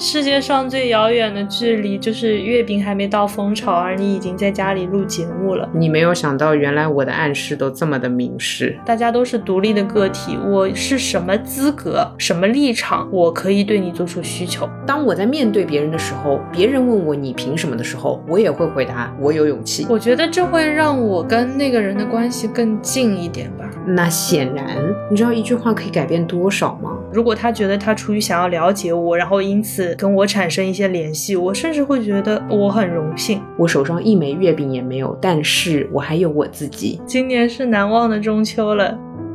世界上最遥远的距离就是月饼还没到蜂巢，而你已经在家里录节目了。 你没有想到原来我的暗示都这么的明示。 大家都是独立的个体，我是什么资格什么立场，我可以对你做出需求。 当我在面对别人的时候，别人问我你凭什么的时候，我也会回答我有勇气。 我觉得这会让我跟那个人的关系更近一点吧。 那显然，你知道一句话可以改变多少吗？ 如果他觉得他出于想要了解我，然后因此跟我产生一些联系，我甚至会觉得我很荣幸。 我手上一枚月饼也没有，但是我还有我自己。 今年是难忘的中秋了。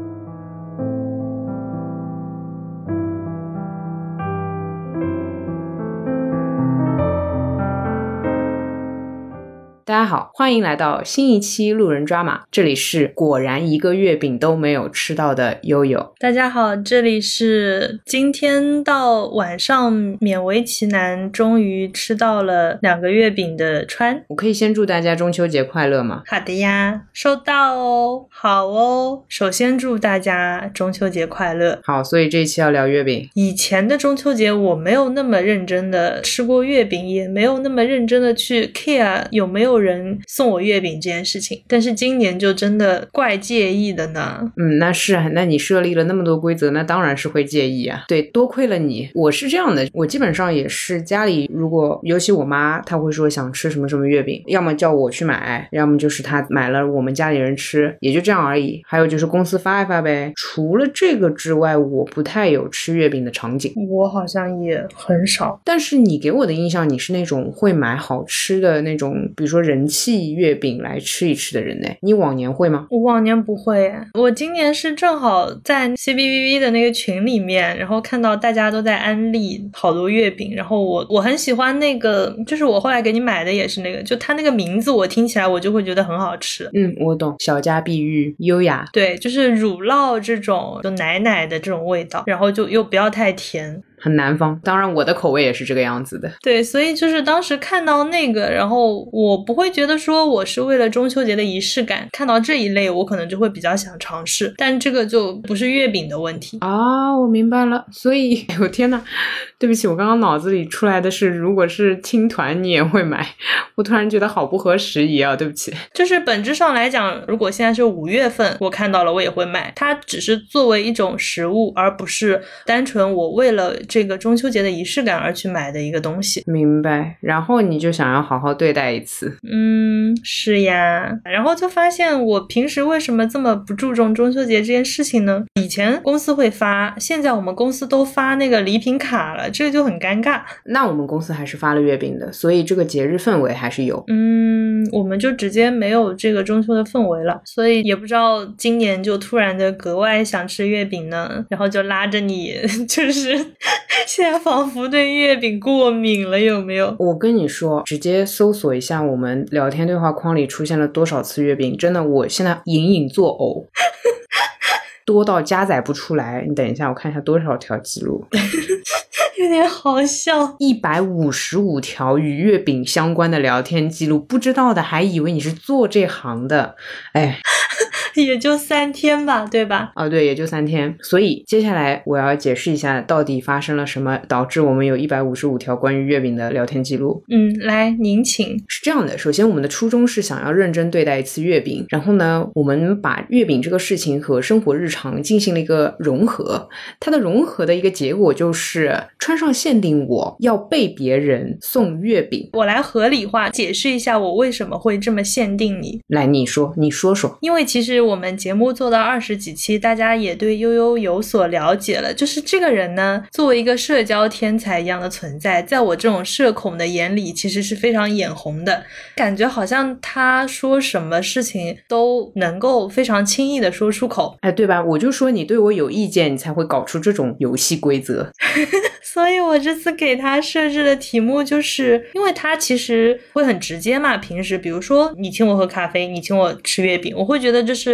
大家好，欢迎来到新一期路人抓马，这里是果然一个月饼都没有吃到的悠悠。 大家好，这里是今天到晚上勉为其难终于吃到了2个月饼的川。 我可以先祝大家中秋节快乐吗？ 好的呀，收到哦，好哦。首先祝大家中秋节快乐。 好，所以这一期要聊月饼。 以前的中秋节我没有那么认真的吃过月饼，也没有那么认真的去 care 有没有人送我月饼这件事情，但是今年就真的怪介意的呢。 那是啊，那你设立了那么多规则，那当然是会介意啊。对，多亏了你。我是这样的，我基本上也是家里如果尤其我妈她会说想吃什么什么月饼，要么叫我去买，要么就是她买了我们家里人吃，也就这样而已。还有就是公司发一发呗。除了这个之外，我不太有吃月饼的场景。 我好像也很少。 但是你给我的印象，你是那种会买好吃的那种，比如说人气月饼来吃一吃的人呢。你往年会吗？ 我往年不会，我今年是正好在 CBBB 的那个群里面，然后看到大家都在安利好多月饼，然后我很喜欢那个，就是我后来给你买的也是那个，就它那个名字我听起来我就会觉得很好吃。 我懂，小家碧玉，优雅。 对，就是乳酪这种就奶奶的这种味道，然后就又不要太甜， 很南方。当然我的口味也是这个样子的。 对，所以就是当时看到那个，然后我不会觉得说我是为了中秋节的仪式感，看到这一类我可能就会比较想尝试，但这个就不是月饼的问题啊。我明白了。所以我天哪，对不起，我刚刚脑子里出来的是如果是青团你也会买，我突然觉得好不合时宜啊，对不起。 就是本质上来讲，如果现在是5月份我看到了我也会买，它只是作为一种食物，而不是单纯我为了这个中秋节的仪式感而去买的一个东西。 明白。然后你就想要好好对待一次。 是呀。然后就发现我平时为什么这么不注重中秋节这件事情呢？以前公司会发，现在我们公司都发那个礼品卡了，这个就很尴尬。 那我们公司还是发了月饼的，所以这个节日氛围还是有。 我们就直接没有这个中秋的氛围了，所以也不知道今年就突然的格外想吃月饼呢，然后就拉着你就是现在仿佛对月饼过敏了，有没有？ 我跟你说，直接搜索一下我们聊天对话框里出现了多少次月饼，真的我现在隐隐作呕多到加载不出来。你等一下，我看一下多少条记录有点好笑 ，155条与月饼相关的聊天记录，不知道的还以为你是做这行的。 也就3天吧，对吧？ 对，也就3天。所以接下来我要解释一下到底发生了什么导致我们有155条关于月饼的聊天记录。 来，您请。 是这样的，首先我们的初衷是想要认真对待一次月饼，然后呢我们把月饼这个事情和生活日常进行了一个融合。它的融合的一个结果就是川上限定我要被别人送月饼。 我来合理化解释一下我为什么会这么限定你。 来，你说说。 因为其实我们节目做到20几期，大家也对悠悠有所了解了，就是这个人呢作为一个社交天才一样的存在，在我这种社恐的眼里其实是非常眼红的，感觉好像他说什么事情都能够非常轻易的说出口。 对吧？我就说你对我有意见，你才会搞出这种游戏规则所以我这次给他设置的题目就是因为他其实会很直接嘛，平时比如说你请我喝咖啡，你请我吃月饼，我会觉得这是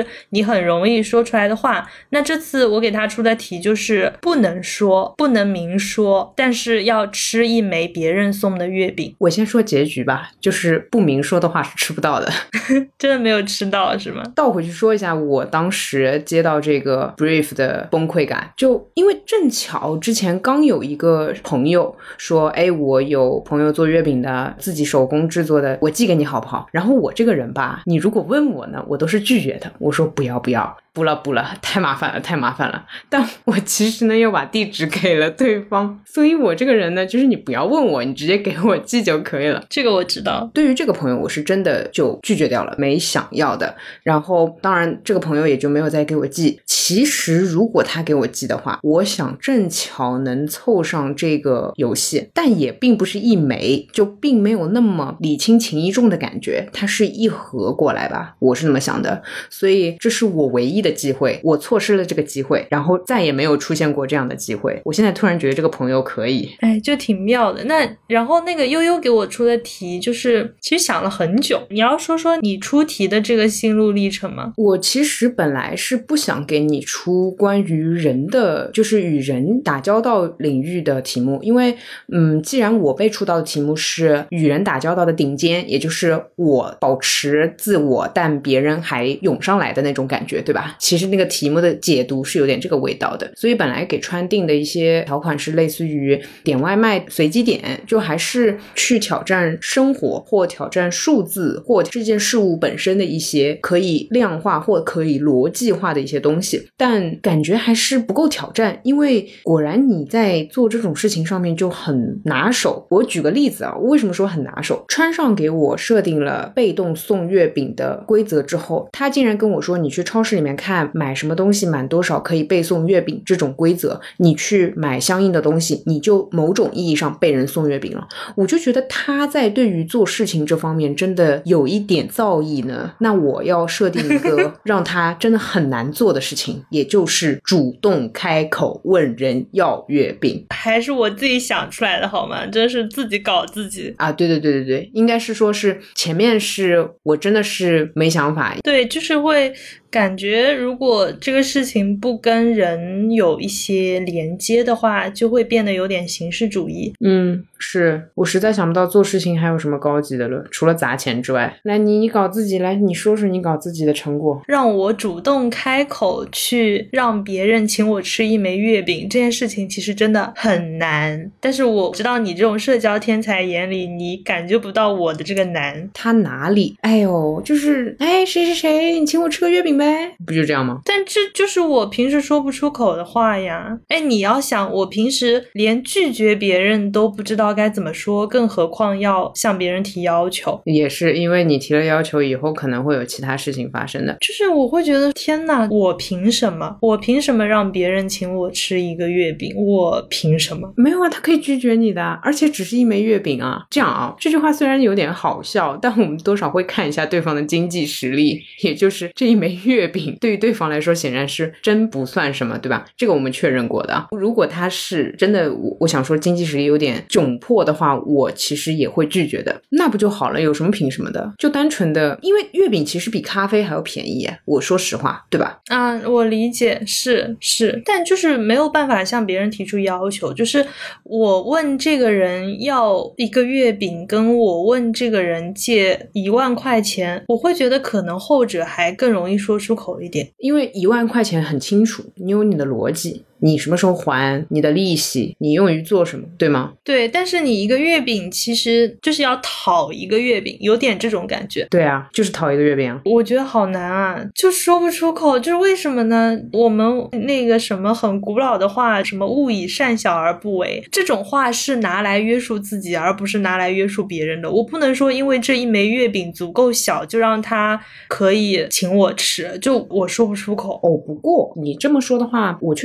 是你很容易说出来的话。那这次我给他出的题就是不能说，不能明说，但是要吃一枚别人送的月饼。 我先说结局吧，就是不明说的话是吃不到的。 真的没有吃到是吗？ 倒回去说一下我当时接到这个 brief 的崩溃感，就因为正巧之前刚有一个朋友说，哎，我有朋友做月饼的，自己手工制作的，我寄给你好不好？然后我这个人吧，你如果问我呢，我都是拒绝的，我说不要，不了，太麻烦了。但我其实呢又把地址给了对方，所以我这个人呢，就是你不要问我，你直接给我寄就可以了。 这个我知道。 对于这个朋友，我是真的就拒绝掉了，没想要的。然后当然这个朋友也就没有再给我寄。其实如果他给我寄的话，我想正巧能凑上这个游戏，但也并不是一枚，就并没有那么礼轻情意重的感觉，它是一盒过来吧，我是那么想的。所以这是我唯一的机会，我错失了这个机会，然后再也没有出现过这样的机会。我现在突然觉得这个朋友可以， 哎，就挺妙的。那然后那个悠悠给我出的题，就是其实想了很久。你要说说你出题的这个心路历程吗？ 我其实本来是不想给你出关于人的，就是与人打交道领域的题目，因为既然我被出到的题目是与人打交道的顶尖，也就是我保持自我但别人还涌上来的那种感觉，对吧？其实那个题目的解读是有点这个味道的，所以本来给川定的一些条款是类似于点外卖随机点，就还是去挑战生活或挑战数字或这件事物本身的一些可以量化或可以逻辑化的一些东西，但感觉还是不够挑战，因为果然你在做这种事情上面就很拿手。我举个例子啊，为什么说很拿手？川上给我设定了被动送月饼的规则之后，他竟然跟我说，你去超市里面看买什么东西满多少可以被送月饼这种规则，你去买相应的东西，你就某种意义上被人送月饼了。我就觉得他在对于做事情这方面真的有一点造诣呢。那我要设定一个让他真的很难做的事情，也就是主动开口问人要月饼。 还是我自己想出来的好吗？真是自己搞自己啊！对，应该是说是前面是我真的是没想法。 对，就是会感觉如果这个事情不跟人有一些连接的话，就会变得有点形式主义。 是我实在想不到做事情还有什么高级的了，除了砸钱之外。来，你搞自己，来你说说你搞自己的成果。 让我主动开口去让别人请我吃一枚月饼，这件事情其实真的很难，但是我知道你这种社交天才眼里，你感觉不到我的这个难。 他哪里？哎呦，就是谁你请我吃个月饼呗，不就这样吗？ 但这就是我平时说不出口的话呀。你要想，我平时连拒绝别人都不知道该怎么说，更何况要向别人提要求。 也是因为你提了要求以后可能会有其他事情发生的， 就是我会觉得天哪，我凭什么让别人请我吃一个月饼？我凭什么？ 没有啊，他可以拒绝你的，而且只是一枚月饼啊。这样啊，这句话虽然有点好笑，但我们多少会看一下对方的经济实力，也就是这一枚月饼对于对方来说显然是真不算什么，对吧？这个我们确认过的。如果他是真的，我想说经济实力有点窘迫的话，我其实也会拒绝的。那不就好了，有什么凭什么的？就单纯的，因为月饼其实比咖啡还要便宜，我说实话，对吧？ 我理解，是，但就是没有办法向别人提出要求。就是我问这个人要一个月饼，跟我问这个人借1万块钱，我会觉得可能后者还更容易说出口一点。 因为1万块钱很清楚，你有你的逻辑，你什么时候还，你的利息，你用于做什么，对吗？ 对，但是你一个月饼其实就是要讨一个月饼，有点这种感觉。 对啊，就是讨一个月饼啊。 我觉得好难啊，就说不出口，就是为什么呢？我们那个什么很古老的话，什么勿以善小而不为，这种话是拿来约束自己，而不是拿来约束别人的。我不能说因为这一枚月饼足够小，就让他可以请我吃，就我说不出口。 不过你这么说的话，我确实会回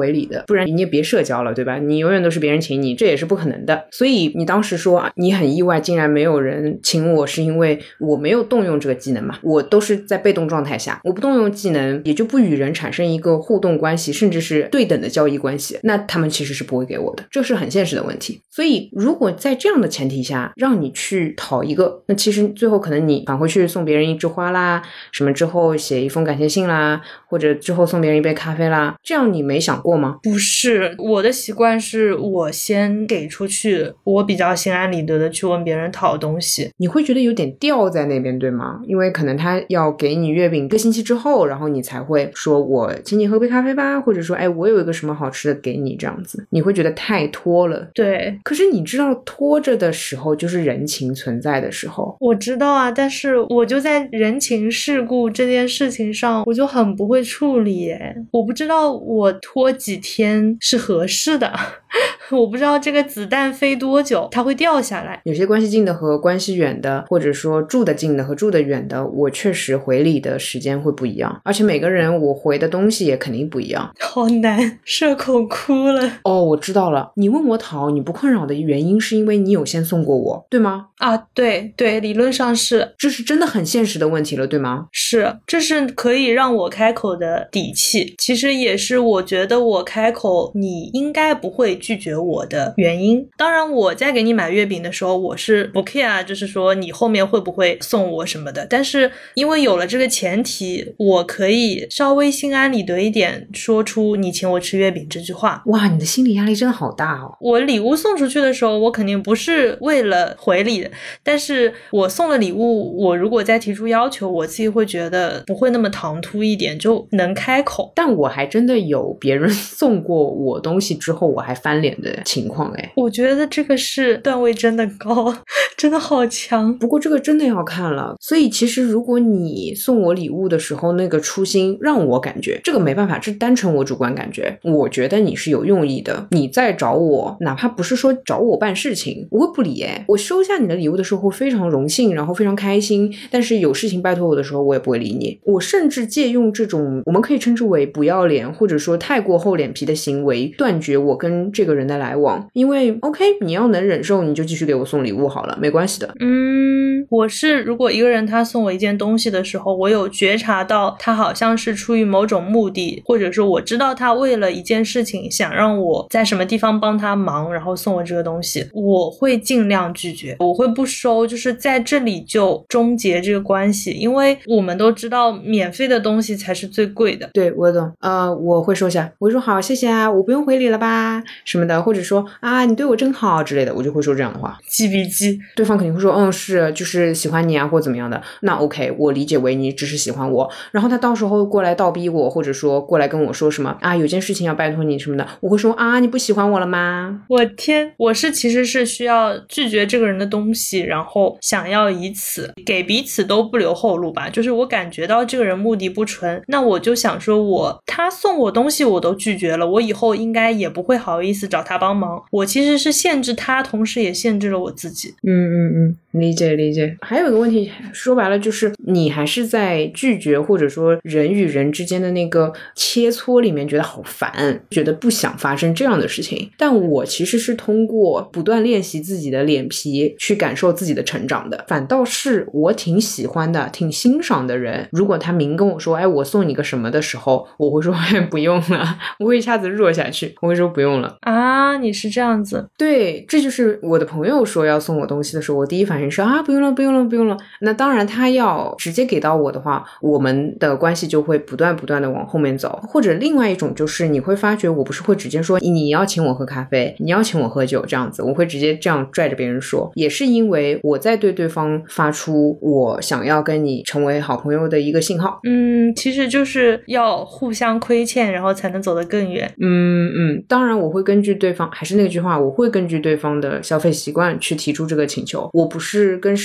回礼的，不然你也别社交了，对吧？你永远都是别人请你，这也是不可能的。所以你当时说你很意外竟然没有人请我，是因为我没有动用这个技能嘛，我都是在被动状态下，我不动用技能也就不与人产生一个互动关系，甚至是对等的交易关系，那他们其实是不会给我的，这是很现实的问题。所以如果在这样的前提下让你去讨一个，那其实最后可能你返回去送别人一枝花啦，什么之后写一封感谢信啦，或者之后送别人一杯咖啡啦，这样你没想过吗？ 不是，我的习惯是我先给出去，我比较心安理得的去问别人讨东西。 你会觉得有点吊在那边对吗？因为可能他要给你月饼1个星期之后，然后你才会说我请你喝杯咖啡吧，或者说我有一个什么好吃的给你，这样子你会觉得太拖了。 对， 可是你知道拖着的时候就是人情存在的时候。 我知道啊，但是我就在人情世故这件事情上我就很不会处理耶，我不知道我拖几天是合适的我不知道这个子弹飞多久它会掉下来。 有些关系近的和关系远的，或者说住得近的和住得远的，我确实回礼的时间会不一样，而且每个人我回的东西也肯定不一样。 好难，社恐哭了。 哦，我知道了，你问我讨你不困扰的原因是因为你有先送过我，对吗？ 啊，对对，理论上是。 这是真的很现实的问题了，对吗？ 是，这是可以让我开口的底气，其实也是我觉得我开口你应该不会拒绝我的原因。当然我在给你买月饼的时候我是不 care 就是说你后面会不会送我什么的，但是因为有了这个前提，我可以稍微心安理得一点说出你请我吃月饼这句话。 哇，你的心理压力真的好大哦。 我礼物送出去的时候我肯定不是为了回礼的，但是我送了礼物，我如果再提出要求，我自己会觉得不会那么唐突一点，就能开口。 但我还真的有别人送过我东西之后我还翻脸的情况诶。 我觉得这个是段位真的高，真的好强。 不过这个真的要看了，所以其实如果你送我礼物的时候那个初心让我感觉，这个没办法，这单纯我主观感觉，我觉得你是有用意的，你在找我，哪怕不是说找我办事情，我会不理诶。我收下你的礼物的时候会非常荣幸，然后非常开心，但是有事情拜托我的时候我也不会理你。我甚至借用这种我们可以称之为不要脸或者说太过厚脸皮的行为断绝我跟这个人的来往，因为 OK 你要能忍受你就继续给我送礼物好了，没关系的。 我是如果一个人他送我一件东西的时候，我有觉察到他好像是出于某种目的，或者说我知道他为了一件事情想让我在什么地方帮他忙，然后送我这个东西，我会尽量拒绝，我会不收，就是在这里就终结这个关系。因为我们都知道免费的东西才是最贵的。 对，我懂。我会收下，我会说好谢谢啊，我不用回礼了吧什么的，或者说啊你对我真好之类的，我就会说这样的话。 记笔记。 对方肯定会说是就是喜欢你啊或怎么样的，那 OK 我理解为你只是喜欢我，然后他到时候过来倒逼我，或者说过来跟我说什么啊有件事情要拜托你什么的，我会说啊你不喜欢我了吗？ 我天，我其实是需要拒绝这个人的东西，然后想要以此给彼此都不留后路吧，就是我感觉到这个人目的不纯，那我就想说他送我东西我都拒绝了，我以后应该也不会好意思找他帮忙，我其实是限制他，同时也限制了我自己。 理解。还有一个问题说白了就是你还是在拒绝或者说人与人之间的那个切磋里面觉得好烦，觉得不想发生这样的事情，但我其实是通过不断练习自己的脸皮去感受自己的成长的，反倒是我挺喜欢的挺欣赏的人，如果他明跟我说我送你个什么的时候，我会说不用了，我会一下子弱下去，我会说不用了啊。你是这样子？ 对，这就是我的朋友说要送我东西的时候，我第一反应是不用了。那当然他要直接给到我的话，我们的关系就会不断的往后面走。或者另外一种就是你会发觉我不是会直接说你要请我喝咖啡，你要请我喝酒这样子，我会直接这样拽着别人说，也是因为我在对对方发出我想要跟你成为好朋友的一个信号。 其实就是要互相亏欠，然后才能走得更远。 当然我会根据对方，还是那句话，我会根据对方的消费习惯去提出这个请求，我不是跟谁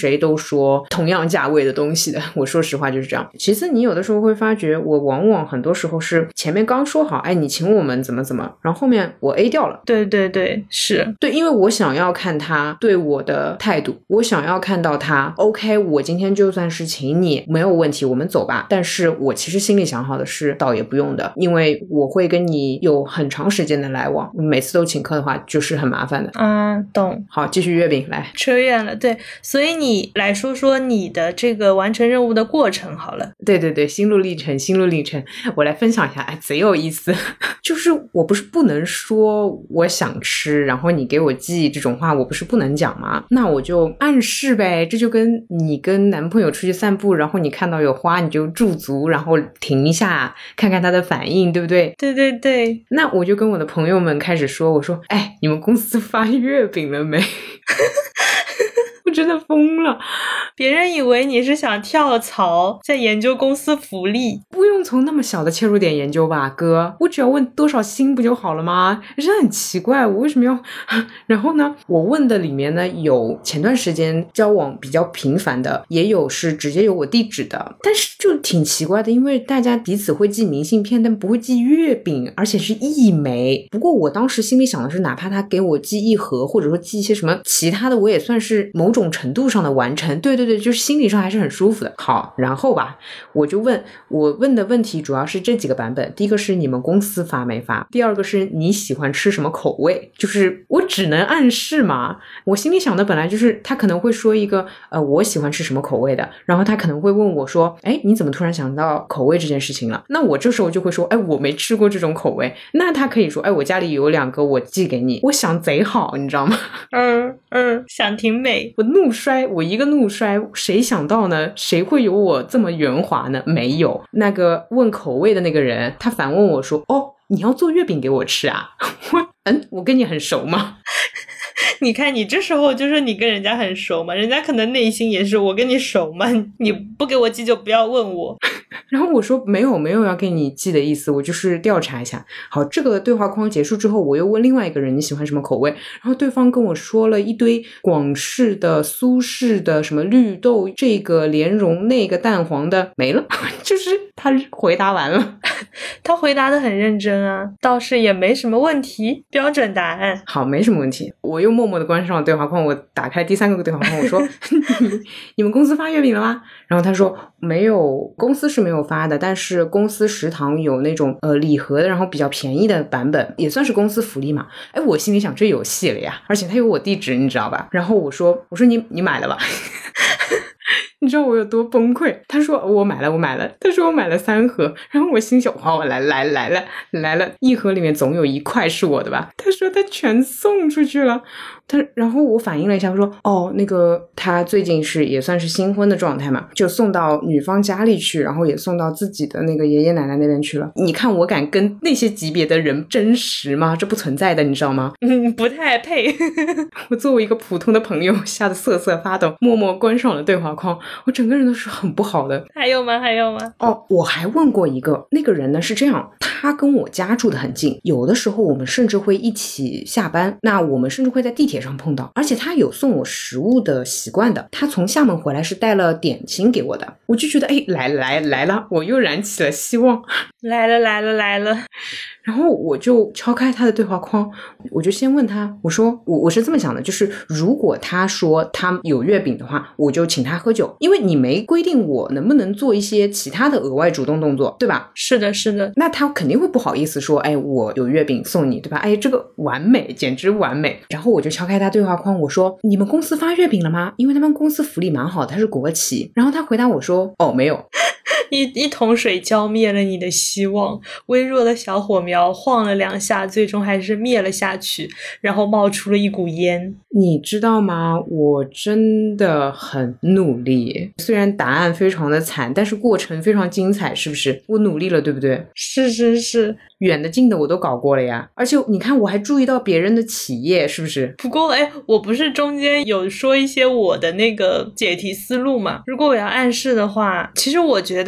谁都说同样价位的东西的，我说实话就是这样。其次你有的时候会发觉我往往很多时候是前面刚说好，哎，你请我们怎么怎么，然后后面我 A 掉了。 对对对，是对，因为我想要看他对我的态度，我想要看到他 OK， 我今天就算是请你没有问题，我们走吧，但是我其实心里想好的是倒也不用的，因为我会跟你有很长时间的来往，每次都请客的话就是很麻烦的。 懂。 好，继续月饼来。 扯远了，对，所以你来说说你的这个完成任务的过程好了。 对对对，心路历程，我来分享一下，哎，贼有意思。就是我不是不能说我想吃，然后你给我寄这种话，我不是不能讲吗？那我就暗示呗，这就跟你跟男朋友出去散步，然后你看到有花你就驻足，然后停一下看看他的反应，对不对？ 对对对。 那我就跟我的朋友们开始说，我说，哎，你们公司发月饼了没？我真的疯了， 别人以为你是想跳槽，在研究公司福利。 不用从那么小的切入点研究吧，哥，我只要问多少薪不就好了吗？真的很奇怪，我为什么要然后呢，我问的里面呢，有前段时间交往比较频繁的，也有是直接有我地址的，但是就挺奇怪的，因为大家彼此会寄明信片，但不会寄月饼，而且是一枚。不过我当时心里想的是，哪怕他给我寄一盒，或者说寄一些什么其他的，我也算是某种程度上的完成。对对对，就是心理上还是很舒服的。好，然后吧，我问的问题主要是这几个版本。第一个是你们公司发没发，第二个是你喜欢吃什么口味，就是我只能暗示嘛。我心里想的本来就是他可能会说一个我喜欢吃什么口味的，然后他可能会问我说，哎，你怎么突然想到口味这件事情了？那我这时候就会说，哎，我没吃过这种口味。那他可以说，哎，我家里有2个，我寄给你。我想贼好，你知道吗？ 想挺美。 我一个怒摔，谁想到呢？谁会有我这么圆滑呢？没有。那个问口味的那个人，他反问我说，哦，你要做月饼给我吃啊？我跟你很熟吗？ 你看你这时候就是你跟人家很熟嘛，人家可能内心也是我跟你熟嘛，你不给我寄就不要问我。 然后我说没有要给你寄的意思，我就是调查一下。好，这个对话框结束之后，我又问另外一个人你喜欢什么口味，然后对方跟我说了一堆广式的、苏式的，什么绿豆，这个莲蓉，那个蛋黄的，没了。就是他回答完了。 他回答得很认真啊，倒是也没什么问题，标准答案。 好，没什么问题。我又默默地关上了对话框，我打开第3个对话框，我说你们公司发月饼了吗？然后他说没有，公司是没有发的，但是公司食堂有那种礼盒的，然后比较便宜的版本，也算是公司福利嘛。哎，我心里想这有戏了呀，而且他有我地址，你知道吧？然后我说你买了吧。你知道我有多崩溃？他说我买了，他说我买了3盒，然后我心想，哇，我来了，一盒里面总有1块是我的吧？他说他全送出去了。然后我反应了一下，我说哦，那个他最近是也算是新婚的状态嘛，就送到女方家里去，然后也送到自己的那个爷爷奶奶那边去了。你看我敢跟那些级别的人真实吗？这不存在的，你知道吗？ 不太配。 我作为一个普通的朋友，吓得瑟瑟发抖，默默关上了对话框。我整个人都是很不好的。 还有吗？ 哦，我还问过一个，那个人呢是这样，他跟我家住得很近，有的时候我们甚至会一起下班，那我们甚至会在地铁上碰到，而且他有送我食物的习惯的，他从厦门回来是带了点心给我的，我就觉得哎，来了，我又燃起了希望， 来了。 然后我就敲开他的对话框，我就先问他，我说我是这么想的，就是如果他说他有月饼的话，我就请他喝酒，因为你没规定我能不能做一些其他的额外主动动作，对吧？ 是的， 那他肯定会不好意思说，哎，我有月饼送你，对吧？哎，这个完美，简直完美。然后我就敲开他对话框，我说你们公司发月饼了吗？因为他们公司福利蛮好，他是国企。然后他回答我说，哦，没有。 一桶水浇灭了你的希望，微弱的小火苗晃了2下，最终还是灭了下去，然后冒出了一股烟。 你知道吗？我真的很努力，虽然答案非常的惨，但是过程非常精彩，是不是？我努力了，对不对？ 是， 远的近的我都搞过了呀，而且你看我还注意到别人的企业，是不是？ 不过我不是中间有说一些我的那个解题思路嘛，如果我要暗示的话，其实我觉得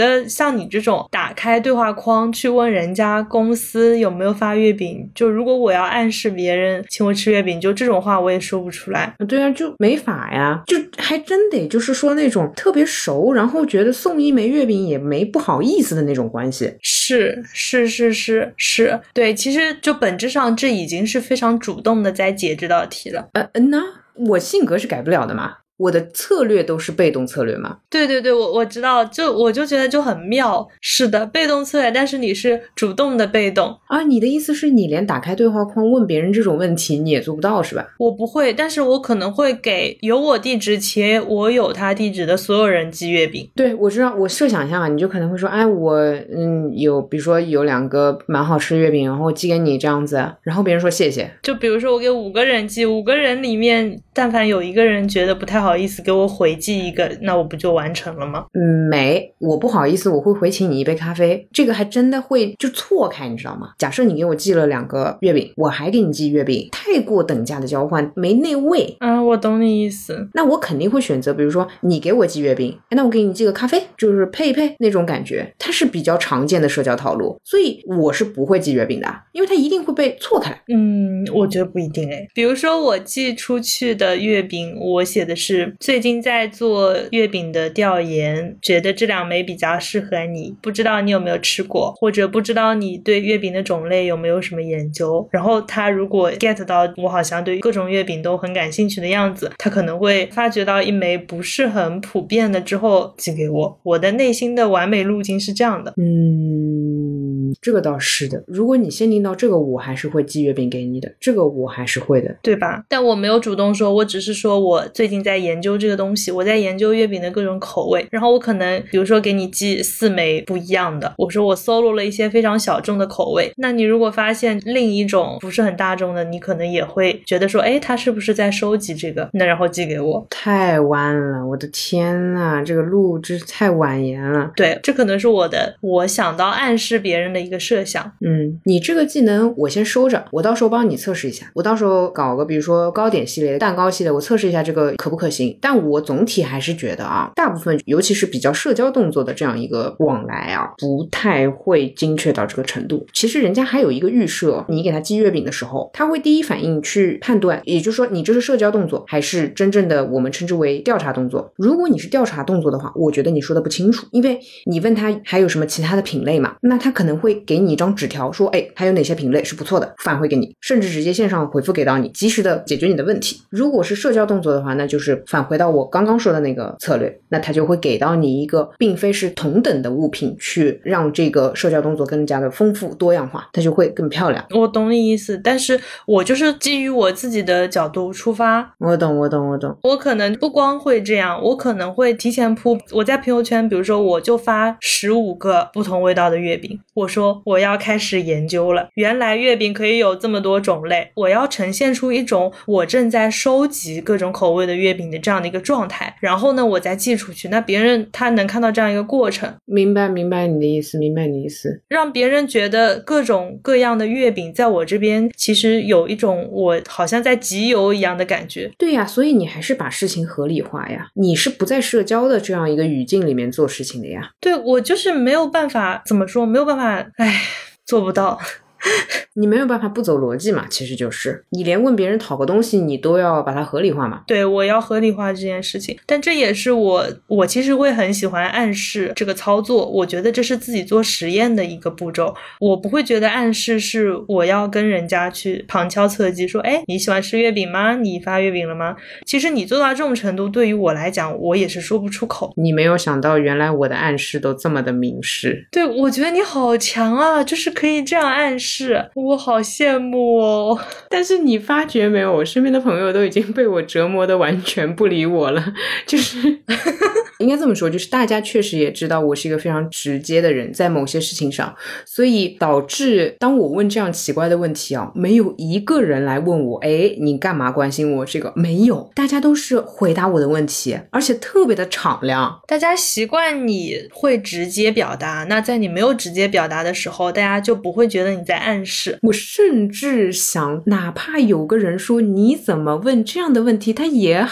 得像你这种打开对话框去问人家公司有没有发月饼，就如果我要暗示别人请我吃月饼，就这种话我也说不出来。 对啊，就没法呀，就还真得就是说那种特别熟，然后觉得送一枚月饼也没不好意思的那种关系。 是，对，其实就本质上这已经是非常主动的在解这道题了。 那我性格是改不了的嘛。我的策略都是被动策略嘛？ 对，我知道，我就觉得就很妙。是的，被动策略，但是你是主动的被动啊。你的意思是你连打开对话框问别人这种问题你也做不到是吧？ 我不会，但是我可能会给有我地址且我有他地址的所有人寄月饼。 对，我知道，我设想一下嘛，你就可能会说，哎，我有比如说有2个蛮好吃的月饼，然后寄给你这样子，然后别人说谢谢。 就比如说我给5个人寄，5个人里面但凡有1个人觉得不太好意思给我回寄一个，那我不就完成了吗？ 没，我不好意思，我会回请你一杯咖啡。这个还真的会就错开，你知道吗？假设你给我寄了2个月饼，我还给你寄月饼，太过等价的交换，没那味。 我懂你意思。 那我肯定会选择，比如说你给我寄月饼，那我给你寄个咖啡，就是配一配那种感觉，它是比较常见的社交套路，所以我是不会寄月饼的，因为它一定会被错开。 我觉得不一定诶。比如说我寄出去的月饼，我写的是最近在做月饼的调研，觉得这2枚比较适合你，不知道你有没有吃过，或者不知道你对月饼的种类有没有什么研究。然后他如果 get 到我好像对各种月饼都很感兴趣的样子，他可能会发掘到一枚不是很普遍的之后寄给我。我的内心的完美路径是这样的。 这个倒是的，如果你限定到这个，我还是会寄月饼给你的，这个我还是会的， 对吧？但我没有主动说，我只是说我最近在研究这个东西，我在研究月饼的各种口味，然后我可能比如说给你寄4枚不一样的，我说我搜罗了一些非常小众的口味，那你如果发现另一种不是很大众的，你可能也会觉得说，诶，他是不是在收集这个，那然后寄给我。 太弯了，我的天呐，这个路真是太蜿蜒了。 对，这可能是我想到暗示别人的一个设想。 你这个技能我先收着，我到时候帮你测试一下，我到时候搞个比如说糕点系列、蛋糕系列，我测试一下这个可不可行。但我总体还是觉得啊，大部分尤其是比较社交动作的这样一个往来啊，不太会精确到这个程度。其实人家还有一个预设，你给他寄月饼的时候，他会第一反应去判断，也就是说你这是社交动作还是真正的我们称之为调查动作。如果你是调查动作的话，我觉得你说的不清楚，因为你问他还有什么其他的品类嘛，那他可能会给你一张纸条说，哎，还有哪些品类是不错的，返回给你，甚至直接线上回复给到你，及时的解决你的问题。如果是社交动作的话，那就是返回到我刚刚说的那个策略，那他就会给到你一个并非是同等的物品，去让这个社交动作更加的丰富多样化，它就会更漂亮。 我懂你意思，但是我就是基于我自己的角度出发。 我懂。 我可能不光会这样，我可能会提前铺，我在朋友圈比如说我就发15个不同味道的月饼，我说我要开始研究了，原来月饼可以有这么多种类，我要呈现出一种我正在收集各种口味的月饼的这样的一个状态，然后呢我再寄出去，那别人他能看到这样一个过程。 明白你的意思， 让别人觉得各种各样的月饼在我这边其实有一种我好像在集邮一样的感觉。 对呀，所以你还是把事情合理化呀，你是不在社交的这样一个语境里面做事情的呀。 对，我就是没有办法，怎么说，没有办法，做不到。 你没有办法不走逻辑嘛，其实就是你连问别人讨个东西你都要把它合理化嘛。 对，我要合理化这件事情，但这也是我其实会很喜欢暗示这个操作，我觉得这是自己做实验的一个步骤，我不会觉得暗示是我要跟人家去旁敲侧击说，哎，你喜欢吃月饼吗？你发月饼了吗？其实你做到这种程度，对于我来讲我也是说不出口。 你没有想到原来我的暗示都这么的明示。 对，我觉得你好强啊，就是可以这样暗示，我好羡慕哦。 但是你发觉没有，我身边的朋友都已经被我折磨的完全不理我了，就是应该这么说，就是大家确实也知道我是一个非常直接的人，在某些事情上，所以导致当我问这样奇怪的问题啊，没有一个人来问我，哎，你干嘛关心我这个？没有，大家都是回答我的问题，而且特别的敞亮。 大家习惯你会直接表达，那在你没有直接表达的时候，大家就不会觉得你在暗示。 我甚至想，哪怕有个人说你怎么问这样的问题，他也好，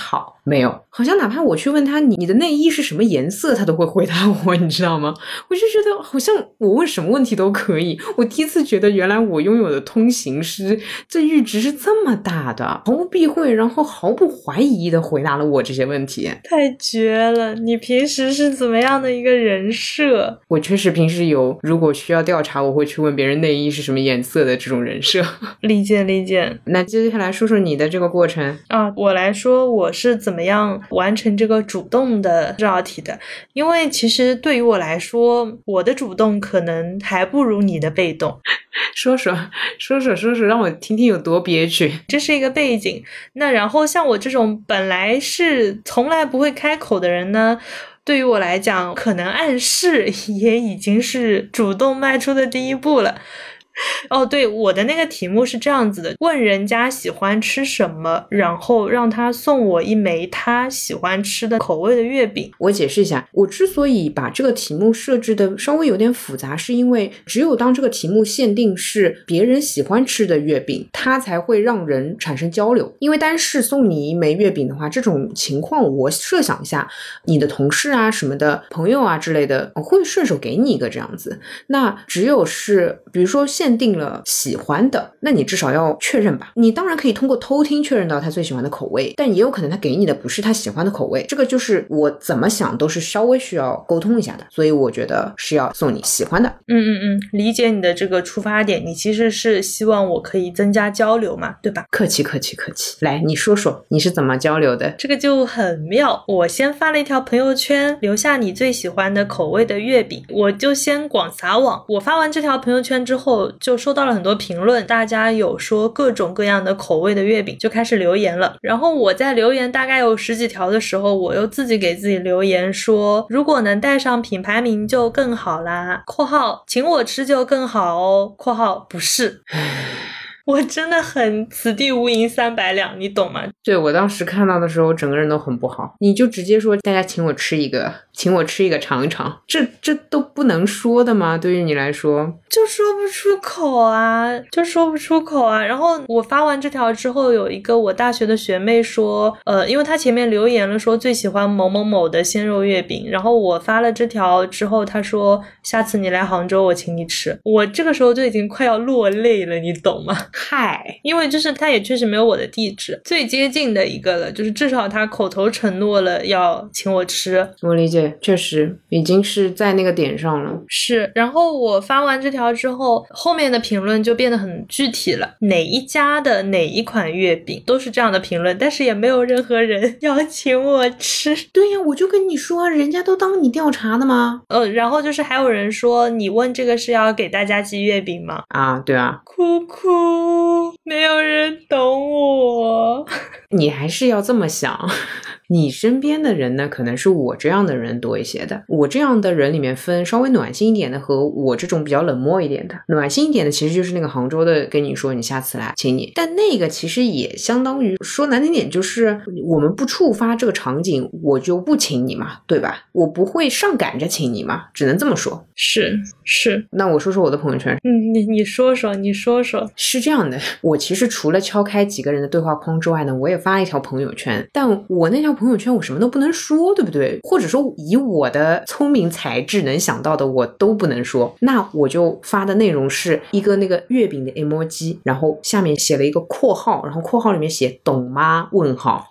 没有，好像哪怕我去问他你的内衣是什么颜色，他都会回答我，你知道吗？我就觉得好像我问什么问题都可以。我第一次觉得原来我拥有的通行师这阈值是这么大的，毫不避讳，然后毫不怀疑的回答了我这些问题。 太绝了！你平时是怎么样的一个人设？ 我确实平时有，如果需要调查，我会去问别人内衣是什么颜色的这种人设。 理解理解。 那接下来说说你的这个过程啊，我来说我是怎么样完成这个主动的这道题的。因为其实对于我来说，我的主动可能还不如你的被动。 说说，让我听听有多憋屈。 这是一个背景。那然后像我这种本来是从来不会开口的人呢，对于我来讲，可能暗示也已经是主动迈出的第一步了。哦，对，我的那个题目是这样子的，问人家喜欢吃什么，然后让他送我一枚他喜欢吃的口味的月饼。 我解释一下，我之所以把这个题目设置的稍微有点复杂，是因为只有当这个题目限定是别人喜欢吃的月饼，它才会让人产生交流。因为单是送你一枚月饼的话，这种情况我设想一下，你的同事啊什么的朋友啊之类的会顺手给你一个这样子。那只有是比如说限定了喜欢的，那你至少要确认吧。你当然可以通过偷听确认到他最喜欢的口味，但也有可能他给你的不是他喜欢的口味，这个就是我怎么想都是稍微需要沟通一下的，所以我觉得是要送你喜欢的。 理解你的这个出发点，你其实是希望我可以增加交流嘛，对吧？ 客气。来，你说说你是怎么交流的？ 这个就很妙。我先发了一条朋友圈，留下你最喜欢的口味的月饼，我就先广撒网。我发完这条朋友圈之后，就收到了很多评论，大家有说各种各样的口味的月饼，就开始留言了。然后我在留言大概有10几条的时候，我又自己给自己留言说，如果能带上品牌名就更好啦，括号请我吃就更好哦，括号不是。我真的很此地无银300两，你懂吗？ 对，我当时看到的时候整个人都很不好，你就直接说大家请我吃一个尝一尝，这都不能说的吗？对于你来说就说不出口啊。然后我发完这条之后，有一个我大学的学妹说因为她前面留言了说最喜欢某某某的鲜肉月饼，然后我发了这条之后，她说下次你来杭州我请你吃。我这个时候就已经快要落泪了，你懂吗？ 嗨， 因为就是他也确实没有我的地址，最接近的一个了，就是至少他口头承诺了要请我吃。 我理解，确实已经是在那个点上了。 是，然后我发完这条之后，后面的评论就变得很具体了，哪一家的哪一款月饼都是这样的评论，但是也没有任何人要请我吃。 对呀，我就跟你说，人家都当你调查的吗？ 然后就是还有人说，你问这个是要给大家寄月饼吗？ 啊，对啊， 哭，没有人懂我。 你还是要这么想，你身边的人呢，可能是我这样的人多一些的。我这样的人里面分稍微暖心一点的和我这种比较冷漠一点的。暖心一点的其实就是那个杭州的跟你说你下次来请你，但那个其实也相当于说难听点，就是我们不触发这个场景我就不请你嘛，对吧？我不会上赶着请你嘛，只能这么说。 是。 那我说说我的朋友圈。 你说说。 是这样的，我其实除了敲开几个人的对话框之外呢，我也发了一条朋友圈，但我那条朋友圈我什么都不能说，对不对？或者说以我的聪明才智能想到的我都不能说，那我就发的内容是一个那个月饼的 emoji， 然后下面写了一个括号，然后括号里面写懂吗？问号。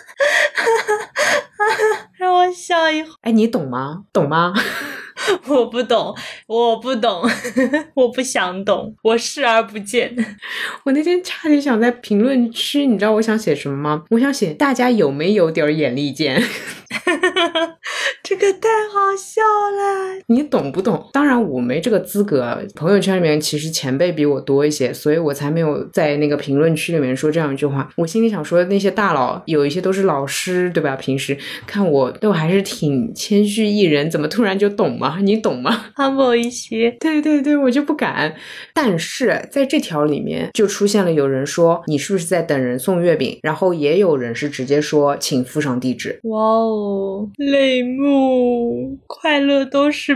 让我笑一会儿。 哎，你懂吗？ 我不懂，我不想懂，我视而不见。 我那天差点想在评论区，你知道我想写什么吗？我想写大家有没有点眼力见。 这个太好笑了， 你懂不懂？当然我没这个资格，朋友圈里面其实前辈比我多一些，所以我才没有在那个评论区里面说这样一句话。我心里想说那些大佬有一些都是老师，对吧？平时看我都还是挺谦虚艺人，怎么突然就懂吗？你懂吗？ humble 一些。 对，我就不敢。但是在这条里面就出现了有人说你是不是在等人送月饼，然后也有人是直接说请附上地址。 哇哦，泪目，快乐都是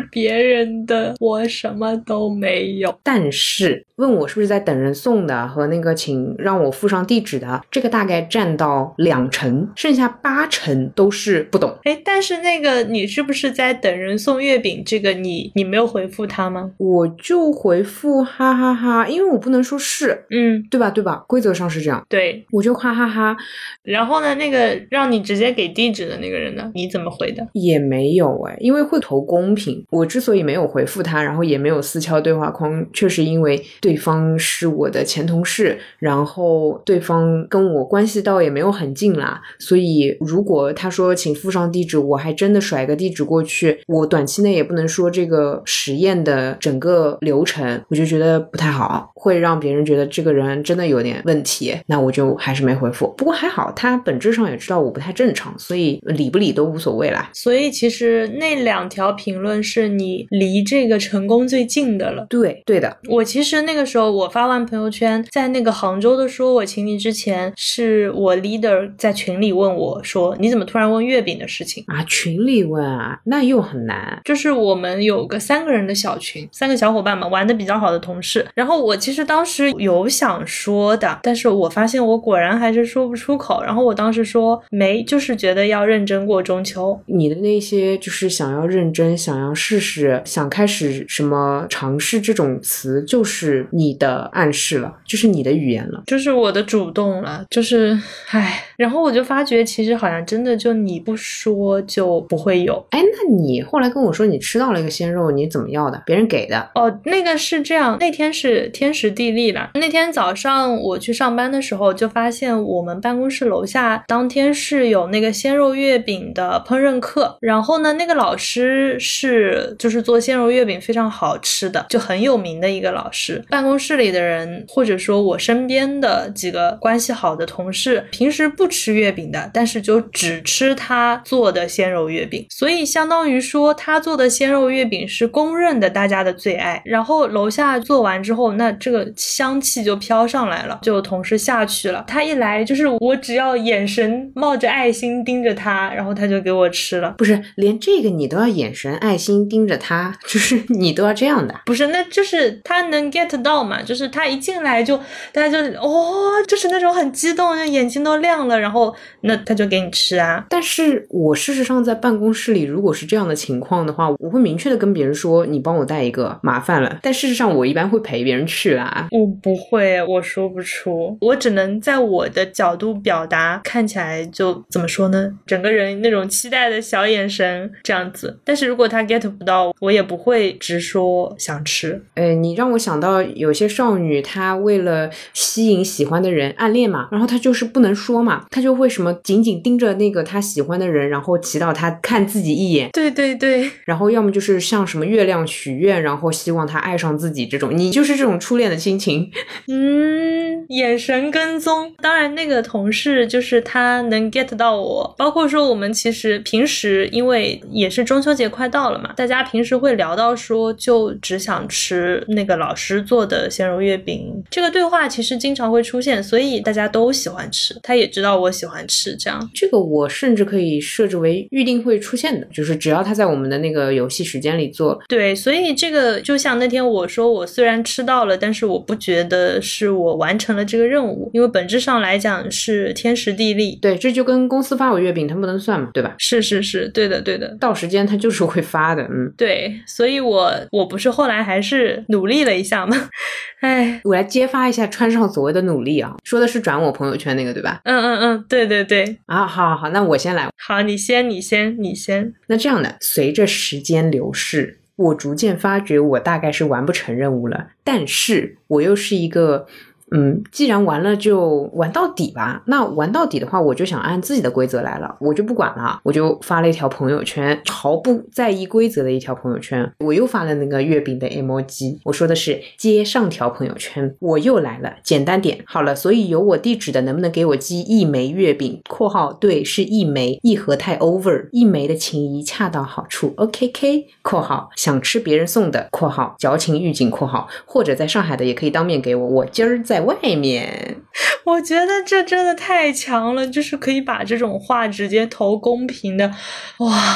别人的，我什么都没有。 但是问我是不是在等人送的和那个请让我附上地址的，这个大概占到2成，剩下8成都是不懂。 但是那个你是不是在等人送月饼，这个你没有回复他吗？ 我就回复哈哈哈，因为我不能说是，对吧？规则上是这样。 对， 我就哈哈哈。 然后呢，那个让你直接给地址的那个人呢，你怎么回的？ 也没有因为会投公屏。我之所以没有回复他，然后也没有私敲对话框，确实因为对方是我的前同事，然后对方跟我关系倒也没有很近啦，所以如果他说请附上地址，我还真的甩个地址过去，我短期内也不能说这个实验的整个流程，我就觉得不太好，会让别人觉得这个人真的有点问题，那我就还是没回复。不过还好，他本质上也知道我不太正常，所以理不理都无所谓啦。 所以其实那2条评论是你离这个成功最近的了。 对的。 我其实那个时候我发完朋友圈，在那个杭州的说我请你之前，是我 leader 在群里问我说你怎么突然问月饼的事情啊？群里问啊，那又很难。 就是我们有个3个人的小群，3个小伙伴嘛，玩的比较好的同事，然后我其实当时有想说的，但是我发现我果然还是说不出口，然后我当时说没，就是觉得要认真过中秋。 你的那些就是想要认真，想要试试，想开始什么尝试这种词，就是你的暗示了，就是你的语言了， 就是我的主动了，就是然后我就发觉其实好像真的就你不说就不会有。 那你后来跟我说你吃到了一个鲜肉，你怎么要的？别人给的？ 那个是这样，那天是天时地利了。那天早上我去上班的时候，就发现我们办公室楼下当天是有那个鲜肉月饼的烹饪课，然后呢，那个老师是就是做鲜肉月饼非常好吃的，就很有名的一个老师。办公室里的人或者说我身边的几个关系好的同事，平时不吃月饼的，但是就只吃他做的鲜肉月饼，所以相当于说他做的鲜肉月饼是公认的大家的最爱。然后楼下做完之后，那这个香气就飘上来了，就有同事下去了，他一来就是我只要眼神冒着爱心盯着他，然后他就给我吃了。 不是连这个你都要眼神爱心盯着他，就是你都要这样的？ 不是，那就是他能 get 到嘛，就是他一进来就大家就就是那种很激动，就眼睛都亮了，然后那他就给你吃啊。 但是我事实上在办公室里，如果是这样的情况的话，我会明确的跟别人说你帮我带一个，麻烦了。但事实上我一般会陪别人去啦。 我不会，我说不出，我只能在我的角度表达，看起来就怎么说呢，整个人那种期待的小眼神这样子。但是如果他 get 不到，我也不会直说想吃。 你让我想到有些少女，她为了吸引喜欢的人，暗恋嘛，然后她就是不能说嘛，她就会什么紧紧盯着那个她喜欢的人，然后祈祷他看自己一眼。 对对对， 然后要么就是向什么月亮许愿，然后希望他爱上自己，这种你就是这种初恋的心情。 眼神跟踪。当然那个同事就是他能 get 到我，包括说我们其实平时因为也是中秋节快到了嘛，大家平时会聊到说就只想吃那个老师做的鲜肉月饼，这个对话其实经常会出现，所以大家都喜欢吃，他也知道我喜欢吃，这样。 这个我甚至可以设置为预定会出现的，就是只要他在我们的那个游戏时间里做。 对，所以这个就像那天我说我虽然吃到了，但是我不觉得是我完成了这个任务，因为本质上来讲是天时地利。 对，这就跟公司发我月饼他不能算嘛，对吧？ 是是是，对的对的， 到时间他就是会发的。 对，所以我不是后来还是努力了一下吗？ 我来揭发一下川上所谓的努力啊，说的是转我朋友圈那个对吧？ 对对对啊，好，那我先来。 好，你先。 那这样的，随着时间流逝，我逐渐发觉我大概是完不成任务了，但是我又是一个既然玩了就玩到底吧，那玩到底的话我就想按自己的规则来了，我就不管了，我就发了一条朋友圈，毫不在意规则的一条朋友圈，我又发了那个月饼的 emoji， 我说的是接上条朋友圈，我又来了，简单点，好了，所以有我地址的能不能给我寄1枚月饼，括号对是1枚，1盒太 over， 1枚的情谊恰到好处 OKK， 括号想吃别人送的，括号矫情预警，括号或者在上海的也可以当面给我，我今儿在外面。 我觉得这真的太强了，就是可以把这种话直接投公屏的，哇，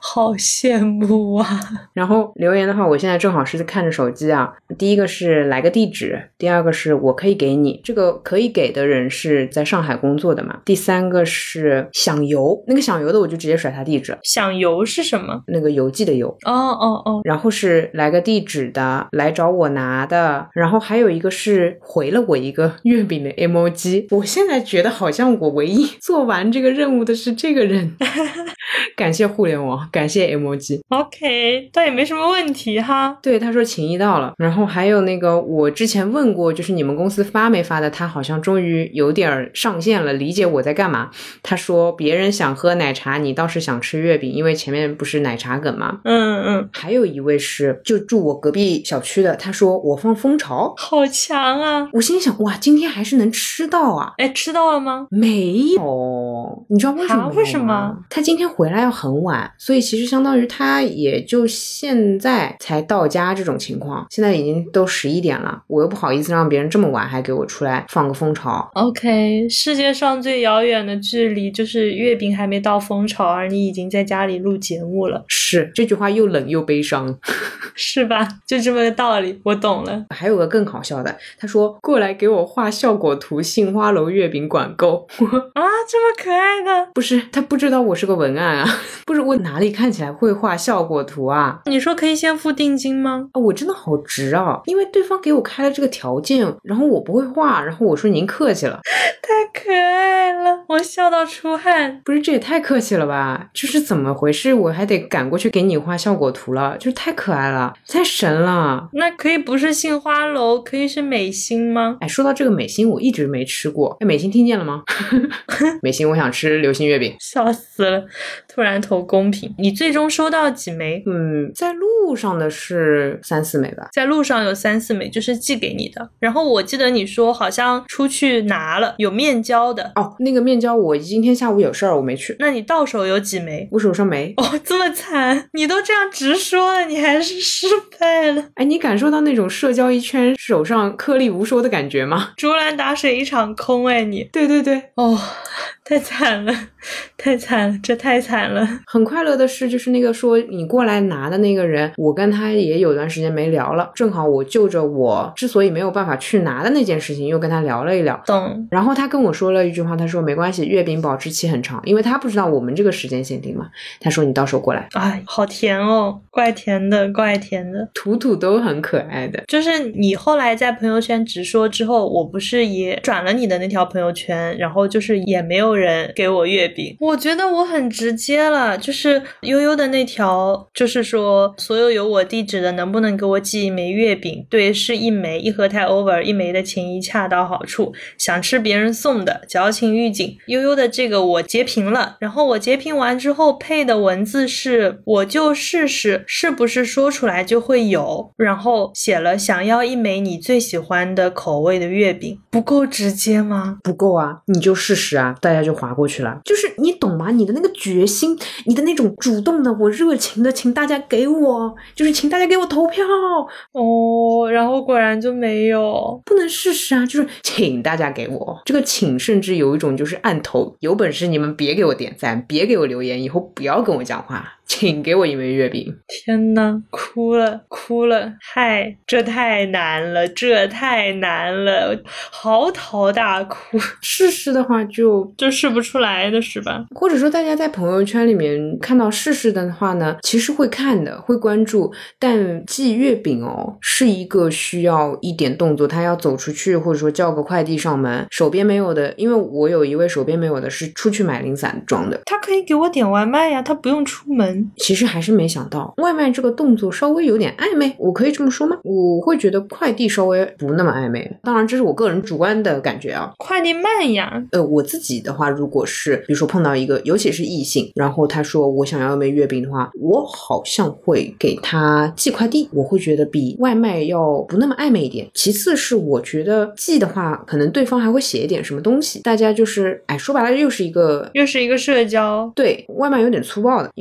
好羡慕啊。 然后留言的话，我现在正好是看着手机啊。第一个是来个地址，第二个是我可以给你，这个可以给的人是在上海工作的嘛。第三个是想邮，那个想邮的我就直接甩他地址。 想邮是什么？ 那个邮寄的邮。 哦。 然后是来个地址的，来找我拿的。然后还有一个是回了我一个月饼的 emoji。我现在觉得好像我唯一做完这个任务的是这个人。感谢互联网，感谢 emoji。 OK， 但也没什么问题哈。 对，他说情谊到了。然后还有那个我之前问过，就是你们公司发没发的，他好像终于有点上线了，理解我在干嘛。他说别人想喝奶茶，你倒是想吃月饼，因为前面不是奶茶梗吗？还有一位是就住我隔壁小区的，他说我放蜂巢。 好强啊。 我心想哇，今天还是能吃到啊。 哎，吃到了吗？ 没有。你知道为什么吗？ 为什么？ 他今天回来要很晚，所以其实相当于他也就现在才到家这种情况。现在已经都11点了，我又不好意思让别人这么晚还给我出来放个蜂巢。 OK， 世界上最遥远的距离就是月饼还没到蜂巢，而你已经在家里录节目了。 是，这句话又冷又悲伤。 是吧？就这么个道理，我懂了。 还有个更好笑的，他说过来给我画效果图，杏花楼月饼管够。 啊，这么可爱的。 不是，他不知道我是个文案啊。不是，我哪里看起来会画效果图啊？ 你说可以先付定金吗？ 我真的好直啊，因为对方给我开了这个条件，然后我不会画，然后我说您客气了。 太可爱了，我笑到出汗。 不是，这也太客气了吧？就是怎么回事，我还得赶过去给你画效果图了，就是太可爱了，太神了。 那可以不是杏花楼，可以是美心吗？ 说到这个美心，我一直没吃过。美心听见了吗？美心，我想吃流心月饼。 笑死了，突然投公屏。你最终收到几枚？ 在路上的是3、4枚吧。 在路上有3、4枚，就是寄给你的。然后我记得你说好像出去拿了，有面交的。 那个面交我今天下午有事儿，我没去。 那你到手有几枚？ 我手上没。 这么惨，你都这样直说了，你还是失败了。 你感受到那种社交一圈手上颗粒无收的感觉吗？ 竹篮打水一场空。你对对对。 太惨了，太惨了，这太惨了。 很快乐的是，就是那个说你过来拿的那个人，我跟他也有段时间没聊了，正好我就着我之所以没有办法去拿的那件事情又跟他聊了一聊。 懂。 然后他跟我说了一句话，他说没关系，月饼保质期很长，因为他不知道我们这个时间限定嘛。他说你到时候过来。 好甜哦，怪甜的，怪甜的。 图图都很可爱的。 就是你后来在朋友圈直说之后，我不是也转了你的那条朋友圈，然后就是也没有人给我月饼。我觉得我很直接了，就是悠悠的那条，就是说所有有我地址的能不能给我寄1枚月饼？对，是1枚，1盒太 over，1枚的情谊恰到好处，想吃别人送的，矫情预警。悠悠的这个我截屏了，然后我截屏完之后配的文字是我就试试是不是说出来就会有，然后写了想要1枚你最喜欢的口味的月饼。不够直接吗？ 不够啊，你就试试啊，大家就划过去了。就是你懂吗？你的那个决心，你的那种主动的，我热情的请大家给我，就是请大家给我投票。 然后果然就没有。 不能试试啊，就是请大家给我。这个请甚至有一种就是按头，有本事你们别给我点赞，别给我留言，以后不要跟我讲话，请给我1枚月饼。 天哪，哭了。嗨，这太难了，嚎啕大哭。 试试的话就试不出来的是吧？ 或者说大家在朋友圈里面看到试试的话呢，其实会看的，会关注，但寄月饼是一个需要一点动作，他要走出去，或者说叫个快递上门，手边没有的，因为我有一位手边没有的是出去买零散装的， 他可以给我点外卖呀，他不用出门。 其实还是没想到外卖这个动作稍微有点暧昧，我可以这么说吗？我会觉得快递稍微不那么暧昧，当然这是我个人主观的感觉啊。 快递慢呀。 我自己的话，如果是比如说碰到一个尤其是异性，然后他说我想要1枚月饼的话，我好像会给他寄快递，我会觉得比外卖要不那么暧昧一点。其次是我觉得寄的话可能对方还会写一点什么东西，大家就是说白了又是一个社交。对，外卖有点粗暴的，因为我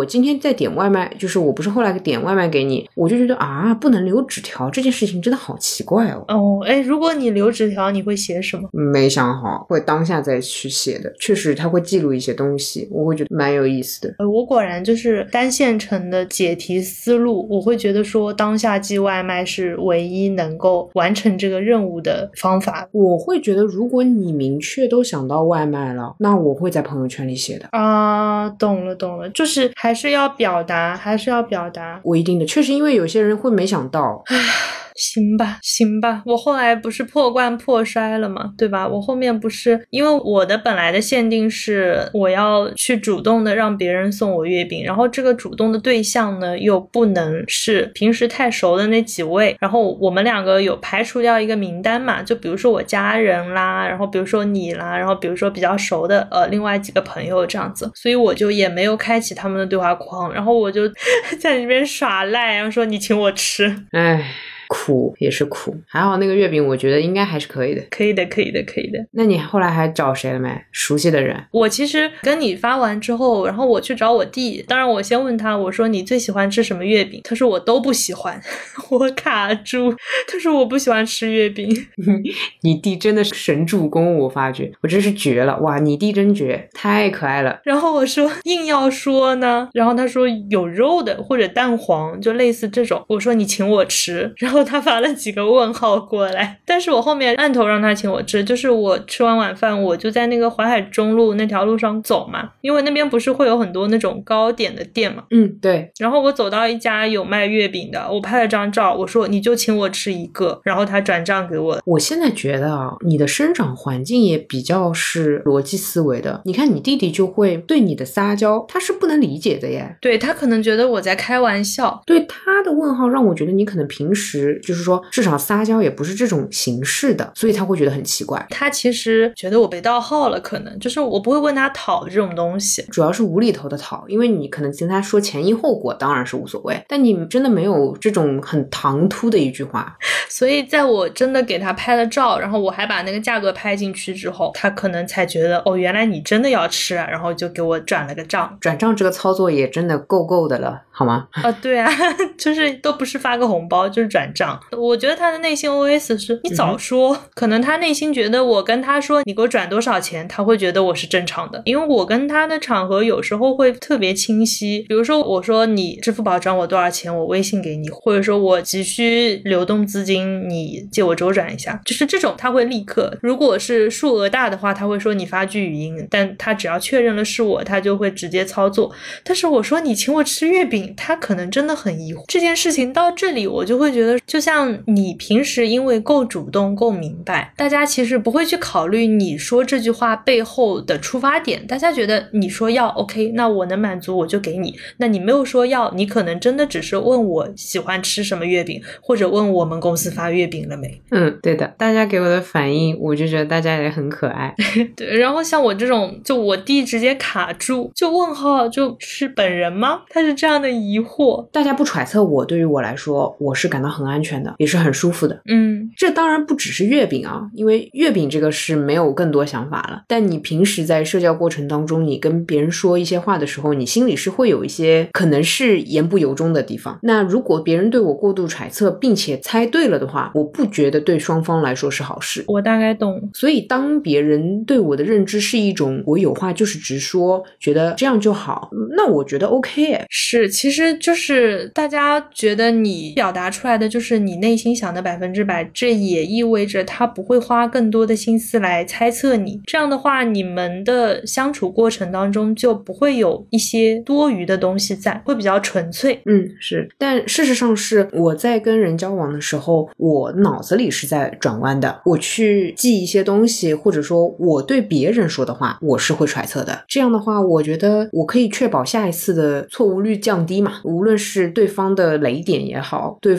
今天在点外卖，就是我不是后来点外卖给你，我就觉得啊，不能留纸条这件事情真的好奇怪哦。 哦，哎，如果你留纸条，你会写什么？ 没想好，会当下再去写的。确实，他会记录一些东西，我会觉得蛮有意思的。 我果然就是单线程的解题思路，我会觉得说当下寄外卖是唯一能够完成这个任务的方法。 我会觉得，如果你明确都想到外卖了，那我会在朋友圈里写的。 啊，懂了，就是还是要表达。 我一定的，确实，因为有些人会没想到。 行吧，我后来不是破罐破摔了嘛，对吧？我后面不是因为我的本来的限定是我要去主动的让别人送我月饼，然后这个主动的对象呢又不能是平时太熟的那几位，然后我们两个有排除掉一个名单嘛，就比如说我家人啦，然后比如说你啦，然后比如说比较熟的另外几个朋友这样子，所以我就也没有开启他们的对话框，然后我就在那边耍赖，然后说你请我吃。 唉，苦也是苦，还好那个月饼我觉得应该还是可以的。 可以的。 那你后来还找谁了没？熟悉的人？ 我其实跟你发完之后，然后我去找我弟，当然我先问他，我说你最喜欢吃什么月饼？他说我都不喜欢。我卡住，他说我不喜欢吃月饼。 你弟真的是神助攻，我发觉我真是绝了，哇，你弟真绝，太可爱了。 然后我说硬要说呢，然后他说有肉的或者蛋黄，就类似这种。我说你请我吃，然后他发了几个问号过来，但是我后面按头让他请我吃，就是我吃完晚饭我就在那个淮海中路那条路上走嘛，因为那边不是会有很多那种糕点的店嘛。 对。 然后我走到一家有卖月饼的，我拍了张照，我说你就请我吃一个，然后他转账给我。 我现在觉得啊，你的生长环境也比较是逻辑思维的。你看你弟弟就会对你的撒娇，他是不能理解的耶。 对，他可能觉得我在开玩笑。 对，他的问号让我觉得你可能平时就是说至少撒娇也不是这种形式的，所以他会觉得很奇怪。 他其实觉得我被盗号了，可能就是我不会问他讨这种东西， 主要是无厘头的讨，因为你可能跟他说前因后果当然是无所谓，但你真的没有这种很唐突的一句话。 所以在我真的给他拍了照，然后我还把那个价格拍进去之后，他可能才觉得哦，原来你真的要吃啊，然后就给我转了个账。 转账这个操作也真的够的了，好吗？ 对啊，就是都不是发个红包就是转账。我觉得他的内心 OS 是你早说，可能他内心觉得我跟他说你给我转多少钱，他会觉得我是正常的，因为我跟他的场合有时候会特别清晰，比如说我说你支付宝转我多少钱，我微信给你，或者说我急需流动资金，你借我周转一下，就是这种他会立刻。如果是数额大的话，他会说你发句语音，但他只要确认了是我，他就会直接操作。但是我说你请我吃月饼，他可能真的很疑惑。这件事情到这里我就会觉得，就像你平时因为够主动够明白，大家其实不会去考虑你说这句话背后的出发点，大家觉得你说要 OK， 那我能满足我就给你，那你没有说要，你可能真的只是问我喜欢吃什么月饼，或者问我们公司发月饼了没。 对的，大家给我的反应我就觉得大家也很可爱。 对，然后像我这种就我弟直接卡住，就问号，就是本人吗？他是这样的疑惑。 大家不揣测我，对于我来说我是感到很安全的，也是很舒服的。这当然不只是月饼啊，因为月饼这个是没有更多想法了，但你平时在社交过程当中，你跟别人说一些话的时候，你心里是会有一些可能是言不由衷的地方。那如果别人对我过度揣测并且猜对了的话，我不觉得对双方来说是好事。 我大概懂。 所以当别人对我的认知是一种我有话就是直说，觉得这样就好，那我觉得 OK。 是，其实就是大家觉得你表达出来的就是你内心想的100%，这也意味着他不会花更多的心思来猜测你，这样的话你们的相处过程当中就不会有一些多余的东西在，会比较纯粹。 是，但事实上是我在跟人交往的时候，我脑子里是在转弯的，我去记一些东西，或者说我对别人说的话我是会揣测的，这样的话我觉得我可以确保下一次的错误率降低嘛，无论是对方的雷点也好，对方的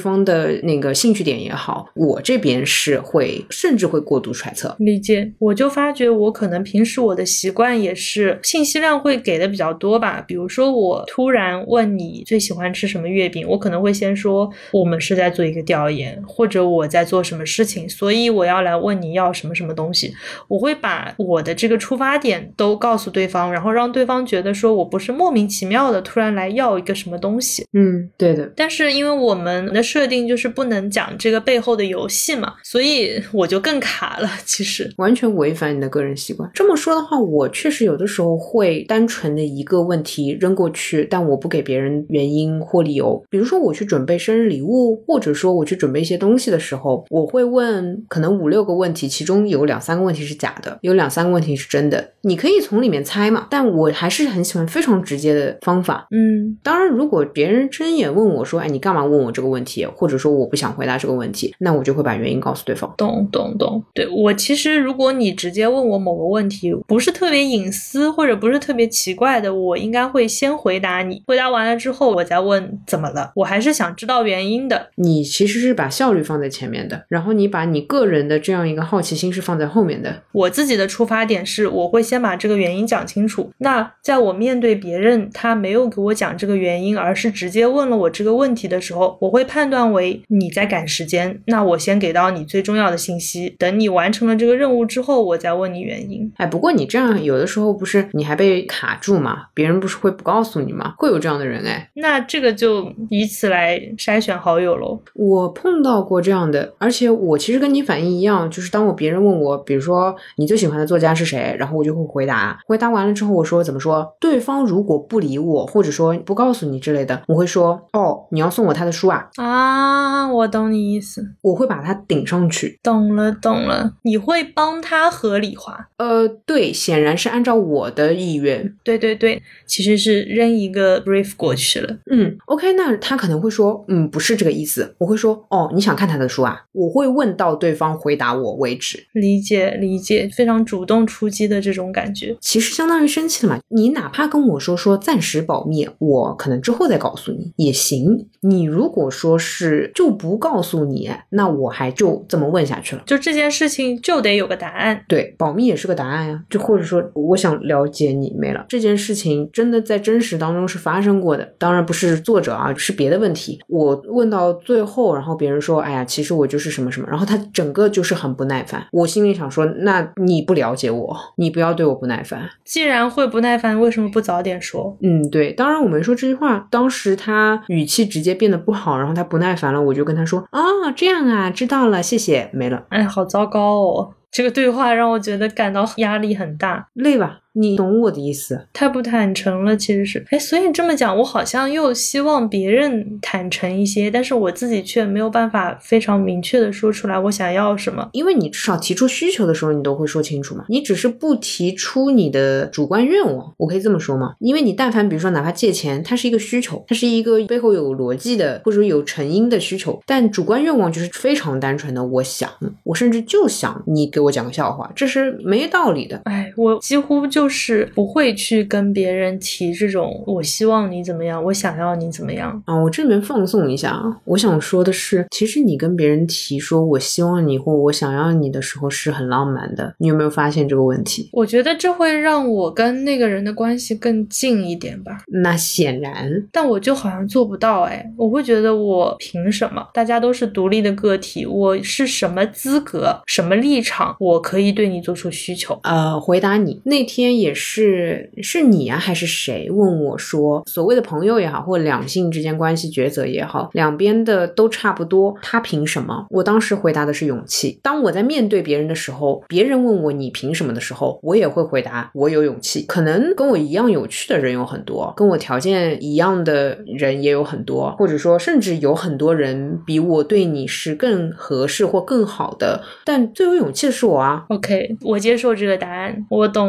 的那个兴趣点也好，我这边是会甚至会过度揣测。 理解。我就发觉我可能平时我的习惯也是信息量会给的比较多吧，比如说我突然问你最喜欢吃什么月饼，我可能会先说我们是在做一个调研，或者我在做什么事情，所以我要来问你要什么什么东西。我会把我的这个出发点都告诉对方，然后让对方觉得说我不是莫名其妙的突然来要一个什么东西。 对的。 但是因为我们的设定就是不能讲这个背后的游戏嘛，所以我就更卡了。其实完全违反你的个人习惯。这么说的话，我确实有的时候会单纯的一个问题扔过去，但我不给别人原因或理由。比如说我去准备生日礼物，或者说我去准备一些东西的时候，我会问可能5-6个问题，其中有2-3个问题是假的，有2-3个问题是真的，你可以从里面猜嘛。但我还是很喜欢非常直接的方法。当然如果别人睁眼问我说，哎，你干嘛问我这个问题，或者说我不想回答这个问题，那我就会把原因告诉对方。 懂。对，我其实如果你直接问我某个问题不是特别隐私或者不是特别奇怪的，我应该会先回答你，回答完了之后我再问怎么了，我还是想知道原因的。 你其实是把效率放在前面的，然后你把你个人的这样一个好奇心是放在后面的。 我自己的出发点是我会先把这个原因讲清楚，那在我面对别人他没有给我讲这个原因，而是直接问了我这个问题的时候，我会判断为你在赶时间，那我先给到你最重要的信息，等你完成了这个任务之后我再问你原因。 不过你这样有的时候不是你还被卡住吗？别人不是会不告诉你吗？会有这样的人。 那这个就以此来筛选好友咯。 我碰到过这样的，而且我其实跟你反应一样，就是当别人问我比如说你最喜欢的作家是谁，然后我就会回答完了之后我说怎么说，对方如果不理我或者说不告诉你之类的，我会说你要送我他的书啊。 我懂你意思， 我会把它顶上去。 懂了，你会帮他合理化。 对，显然是按照我的意愿。 对，其实是扔一个 brief 过去了。 OK， 那他可能会说不是这个意思。我会说你想看他的书啊？我会问到对方回答我为止。理解，非常主动出击的这种感觉， 其实相当于生气了嘛。你哪怕跟我说暂时保密，我可能之后再告诉你也行。你如果说是就不告诉你，那我还就这么问下去了， 就这件事情就得有个答案。 对，保密也是个答案呀。就或者说我想了解你没了，这件事情真的在真实当中是发生过的，当然不是作者啊，是别的问题。我问到最后，然后别人说哎呀其实我就是什么什么，然后他整个就是很不耐烦。我心里想说那你不了解我，你不要对我不耐烦。 既然会不耐烦，为什么不早点说？ 对，当然我没说这句话，当时他语气直接变得不好，然后他不耐烦了，我就跟他说这样啊，知道了，谢谢，没了。 好糟糕哦，这个对话让我觉得感到压力很大。 累吧，你懂我的意思。 太不坦诚了其实是。所以这么讲，我好像又希望别人坦诚一些，但是我自己却没有办法非常明确的说出来我想要什么。 因为你至少提出需求的时候你都会说清楚嘛，你只是不提出你的主观愿望，我可以这么说吗？因为你但凡比如说哪怕借钱，它是一个需求，它是一个背后有逻辑的或者有成因的需求，但主观愿望就是非常单纯的我想，我甚至就想你给我讲个笑话，这是没道理的。 我几乎就是不会去跟别人提这种我希望你怎么样，我想要你怎么样我这边放送一下我想说的是，其实你跟别人提说我希望你或我想要你的时候是很浪漫的，你有没有发现这个问题？ 我觉得这会让我跟那个人的关系更近一点吧。 那显然， 但我就好像做不到我会觉得我凭什么？大家都是独立的个体，我是什么资格什么立场我可以对你做出需求？ 回答你那天也是你啊还是谁问我说，所谓的朋友也好或两性之间关系抉择也好，两边的都差不多，他凭什么？我当时回答的是勇气。当我在面对别人的时候，别人问我你凭什么的时候，我也会回答我有勇气。可能跟我一样有趣的人有很多，跟我条件一样的人也有很多，或者说甚至有很多人比我对你是更合适或更好的，但最有勇气的是我啊。 OK， 我接受这个答案，我懂了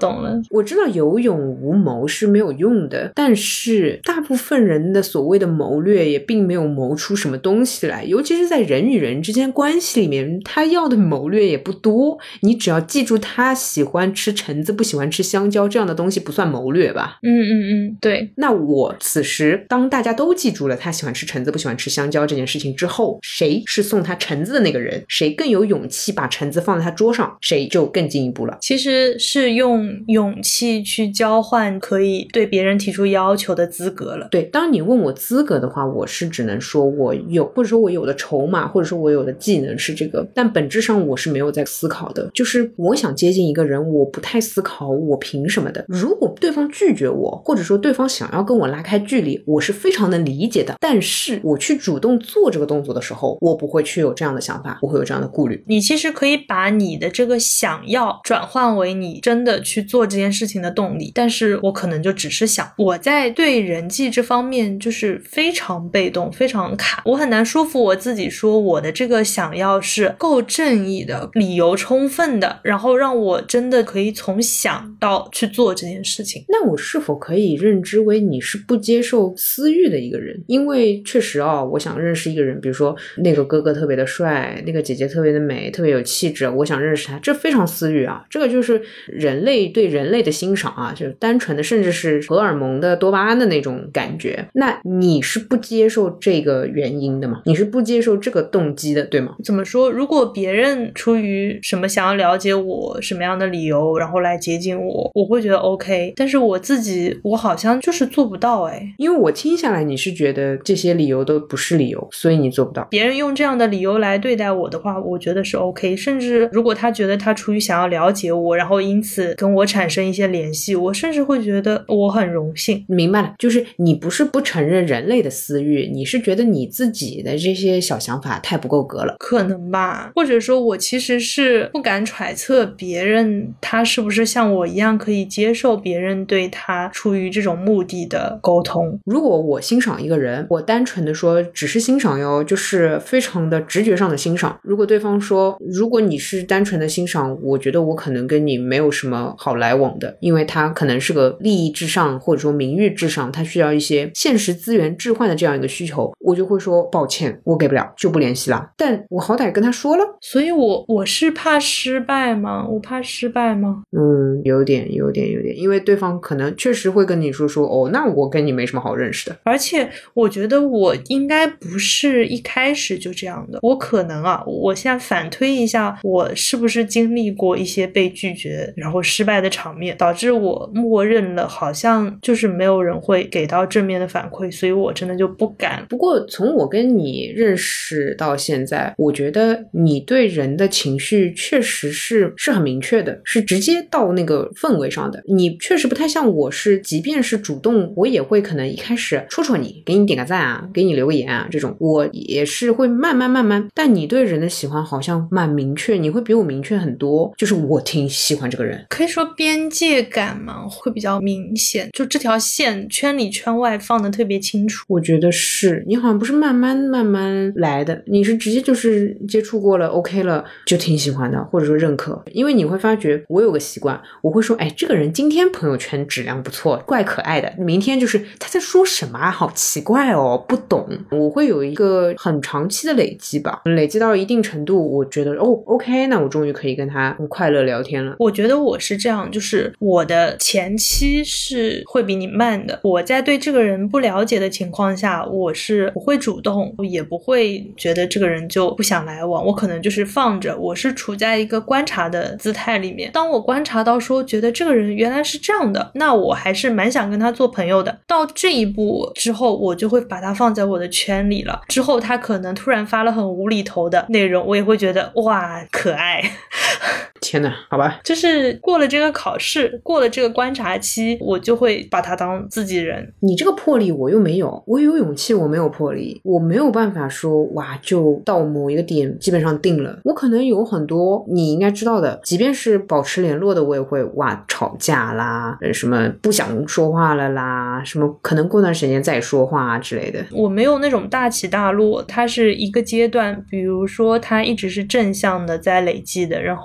懂了。 我知道有勇无谋是没有用的，但是大部分人的所谓的谋略也并没有谋出什么东西来，尤其是在人与人之间关系里面，他要的谋略也不多。你只要记住他喜欢吃橙子不喜欢吃香蕉，这样的东西不算谋略吧？ 对。 那我此时当大家都记住了他喜欢吃橙子不喜欢吃香蕉这件事情之后，谁是送他橙子的那个人，谁更有勇气把橙子放在他桌上，谁就更进一步了。 其实是用勇气去交换可以对别人提出要求的资格了。 对，当你问我资格的话，我是只能说我有，或者说我有的筹码，或者说我有的技能是这个，但本质上我是没有在思考的。就是我想接近一个人，我不太思考我凭什么的。如果对方拒绝我，或者说对方想要跟我拉开距离，我是非常能理解的，但是我去主动做这个动作的时候，我不会去有这样的想法，不会有这样的顾虑。 你其实可以把你的这个想要转换为你真的去做这件事情的动力，但是我可能就只是想，我在对人际这方面就是非常被动，非常卡，我很难说服我自己说我的这个想要是够正义的，理由充分的，然后让我真的可以从想到去做这件事情。 那我是否可以认知为你是不接受私欲的一个人？因为确实我想认识一个人，比如说那个哥哥特别的帅，那个姐姐特别的美，特别有气质，我想认识他，这非常私欲啊，这个就是人类对人类的欣赏啊，就是单纯的甚至是荷尔蒙的多巴胺的那种感觉。那你是不接受这个原因的吗？你是不接受这个动机的，对吗？ 怎么说，如果别人出于什么想要了解我什么样的理由然后来接近我，我会觉得 OK， 但是我自己我好像就是做不到。 因为我听下来你是觉得这些理由都不是理由，所以你做不到。 别人用这样的理由来对待我的话，我觉得是 OK， 甚至如果他觉得他出于想要了解我，然后因此跟我产生一些联系，我甚至会觉得我很荣幸。 明白了，就是你不是不承认人类的私欲，你是觉得你自己的这些小想法太不够格了。 可能吧，或者说我其实是不敢揣测别人他是不是像我一样可以接受别人对他出于这种目的的沟通。 如果我欣赏一个人，我单纯的说只是欣赏哟，就是非常的直觉上的欣赏。如果对方说如果你是单纯的欣赏，我觉得我可能跟你没有什么好来往的，因为他可能是个利益至上或者说名誉至上，他需要一些现实资源置换的这样一个需求，我就会说抱歉我给不了，就不联系了。但我好歹跟他说了。 所以我是怕失败吗？我怕失败吗？ 有点，因为对方可能确实会跟你说那我跟你没什么好认识的。 而且我觉得我应该不是一开始就这样的，我可能我现在反推一下，我是不是经历过一些被拒绝然后失败的场面，导致我默认了好像就是没有人会给到正面的反馈，所以我真的就不敢。 不过从我跟你认识到现在，我觉得你对人的情绪确实是很明确的，是直接到那个氛围上的。你确实不太像我，是即便是主动，我也会可能一开始戳你，给你点个赞啊，给你留个言啊，这种我也是会慢慢，但你对人的喜欢好像蛮明确，你会比我明确很多，就是我挺喜欢这个人。 可以说边界感嘛会比较明显，就这条线圈里圈外放得特别清楚。 我觉得是，你好像不是慢慢来的，你是直接就是接触过了 OK 了就挺喜欢的，或者说认可。因为你会发觉我有个习惯，我会说这个人今天朋友圈质量不错，怪可爱的，明天就是他在说什么好奇怪不懂。我会有一个很长期的累积吧，累积到一定程度，我觉得OK， 那我终于可以跟他快乐聊天了。 我觉得我是这样，就是我的前期是会比你慢的，我在对这个人不了解的情况下，我是不会主动，也不会觉得这个人就不想来往，我可能就是放着，我是处在一个观察的姿态里面。当我观察到说觉得这个人原来是这样的，那我还是蛮想跟他做朋友的。到这一步之后，我就会把他放在我的圈里了。之后他可能突然发了很无厘头的内容，我也会觉得哇可爱。 天哪，好吧， 就是过了这个考试，过了这个观察期，我就会把他当自己人。 你这个魄力我又没有，我有勇气，我没有魄力，我没有办法说哇就到某一个点基本上定了。我可能有很多你应该知道的，即便是保持联络的，我也会哇吵架啦，什么不想说话了啦，什么可能过段时间再说话啊之类的。 我没有那种大起大落，它是一个阶段，比如说它一直是正向的在累积的，然后它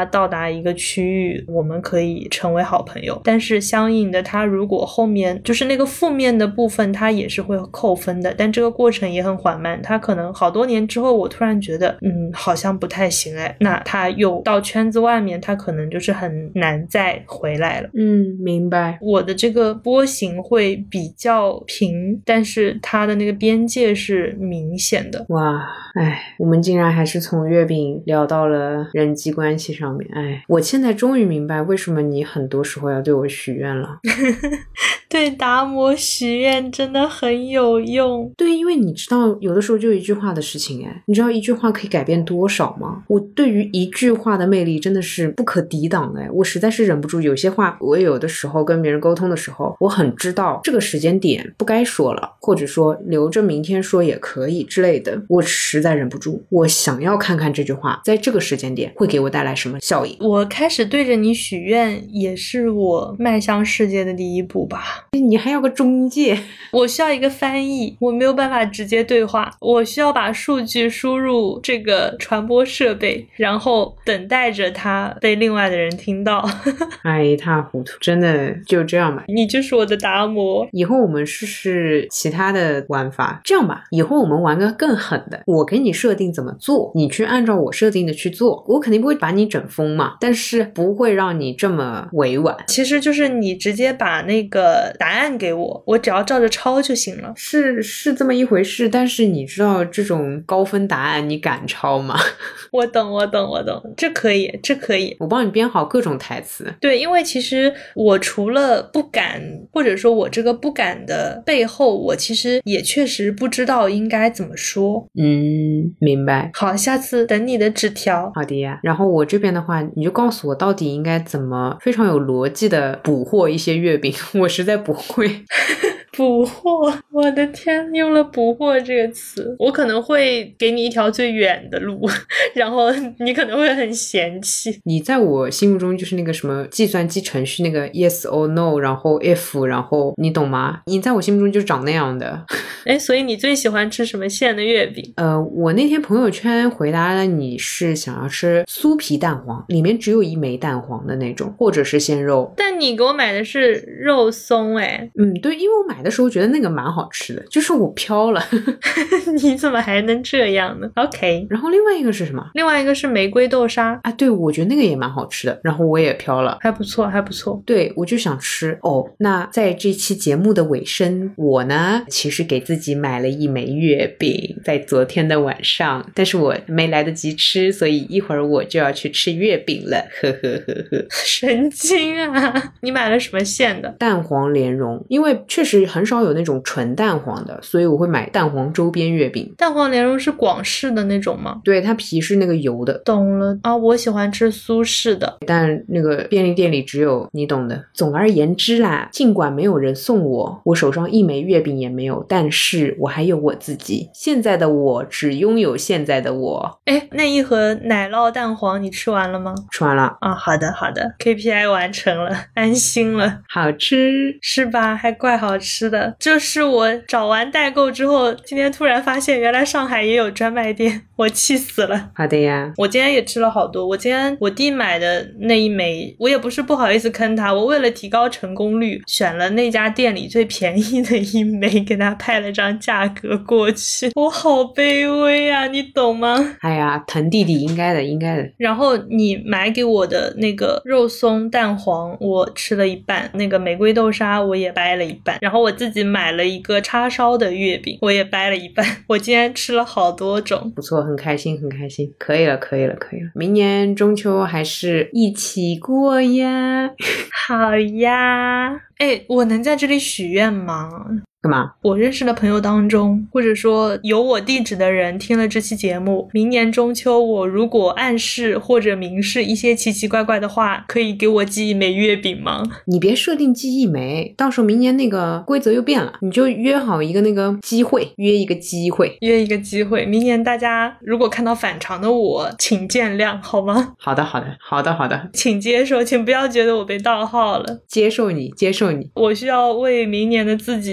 到达一个区域，我们可以成为好朋友。但是相应的，他如果后面就是那个负面的部分，他也是会扣分的，但这个过程也很缓慢，他可能好多年之后，我突然觉得好像不太行哎，那他又到圈子外面，他可能就是很难再回来了。 明白。 我的这个波形会比较平，但是它的那个边界是明显的。 哇，我们竟然还是从月饼聊到了人际关系上面。我现在终于明白为什么你很多时候要对我许愿了。 对达摩许愿真的很有用。 对，因为你知道有的时候就一句话的事情你知道一句话可以改变多少吗？我对于一句话的魅力真的是不可抵挡我实在是忍不住。有些话我有的时候跟别人沟通的时候，我很知道这个时间点不该说了，或者说留着明天说也可以之类的，我实在忍不住，我想要看看这句话在这个时间点会给我带来什么效应。 我开始对着你许愿也是我迈向世界的第一步吧。 你还要个中介， 我需要一个翻译，我没有办法直接对话，我需要把数据输入这个传播设备，然后等待着它被另外的人听到。 一塌糊涂，真的就这样吧。 你就是我的达摩。 以后我们试试其他的玩法。这样吧，以后我们玩个更狠的，我给你设定怎么做，你去按照我设定的去做，我肯定不会把你整疯嘛，但是不会让你这么委婉。 其实就是你直接把那个答案给我，我只要照着抄就行了。 是这么一回事，但是你知道这种高分答案你敢抄吗？ 我懂，这可以， 我帮你编好各种台词。 对，因为其实我除了不敢，或者说我这个不敢的背后，我其实也确实不知道应该怎么说。 明白。 好，下次等你的纸条。 好的呀。然后我这边的话，你就告诉我到底应该怎么非常有逻辑的捕获一些月饼，我实在不会。 捕获，我的天，用了捕获这个词，我可能会给你一条最远的路，然后你可能会很嫌弃。 你在我心目中就是那个什么计算机程序那个 yes or no， 然后 if， 然后你懂吗？你在我心目中就长那样的。 所以你最喜欢吃什么馅的月饼？ 我那天朋友圈回答了你是想要吃酥皮蛋黄，里面只有一枚蛋黄的那种，或者是鲜肉。 但你给我买的是肉松对，因为我买的时候觉得那个蛮好吃的，就是我飘了。 你怎么还能这样呢？ OK。 然后另外一个是什么？ 另外一个是玫瑰豆沙对，我觉得那个也蛮好吃的，然后我也飘了， 还不错。 对，我就想吃那在这期节目的尾声，我呢其实给自己买了一枚月饼，在昨天的晚上，但是我没来得及吃，所以一会儿我就要去吃月饼了，呵呵呵呵。 神经啊！你买了什么馅的？ 蛋黄莲蓉，因为确实很少有那种纯蛋黄的，所以我会买蛋黄周边月饼。 蛋黄莲蓉是广式的那种吗？ 对，它皮是那个油的。 懂了啊，我喜欢吃苏式的， 但那个便利店里只有你懂的。总而言之啦，尽管没有人送我手上一枚月饼也没有，但是我还有我自己。现在的我只拥有现在的我。 那一盒奶酪蛋黄你吃完了吗？ 吃完了啊，好的 KPI 完成了，安心了。 好吃是吧？还怪好吃的。这是我找完代购之后，今天突然发现原来上海也有专卖店，我气死了。 好的呀。 我今天也吃了好多。我今天我弟买的那一枚，我也不是不好意思坑他，我为了提高成功率，选了那家店里最便宜的一枚，给他派了张价格过去。我好卑微啊，你懂吗？ 哎呀，疼弟弟应该的。 然后你买给我的那个肉松蛋黄我吃了一半，那个玫瑰豆沙我也掰了一半，然后我自己买了一个叉烧的月饼，我也掰了一半。我今天吃了好多种。 不错，很开心。可以了。明年中秋还是一起过呀。 好呀。我能在这里许愿吗？ 干嘛？ 我认识的朋友当中，或者说有我地址的人听了这期节目，明年中秋我如果暗示或者明示一些奇奇怪怪的话，可以给我寄一枚月饼吗？ 你别设定寄一枚，到时候明年那个规则又变了，你就约好一个那个机会，约一个机会。 明年大家如果看到反常的我，请见谅好吗？ 好的。 请接受，请不要觉得我被盗号了。 接受你。 我需要为明年的自己做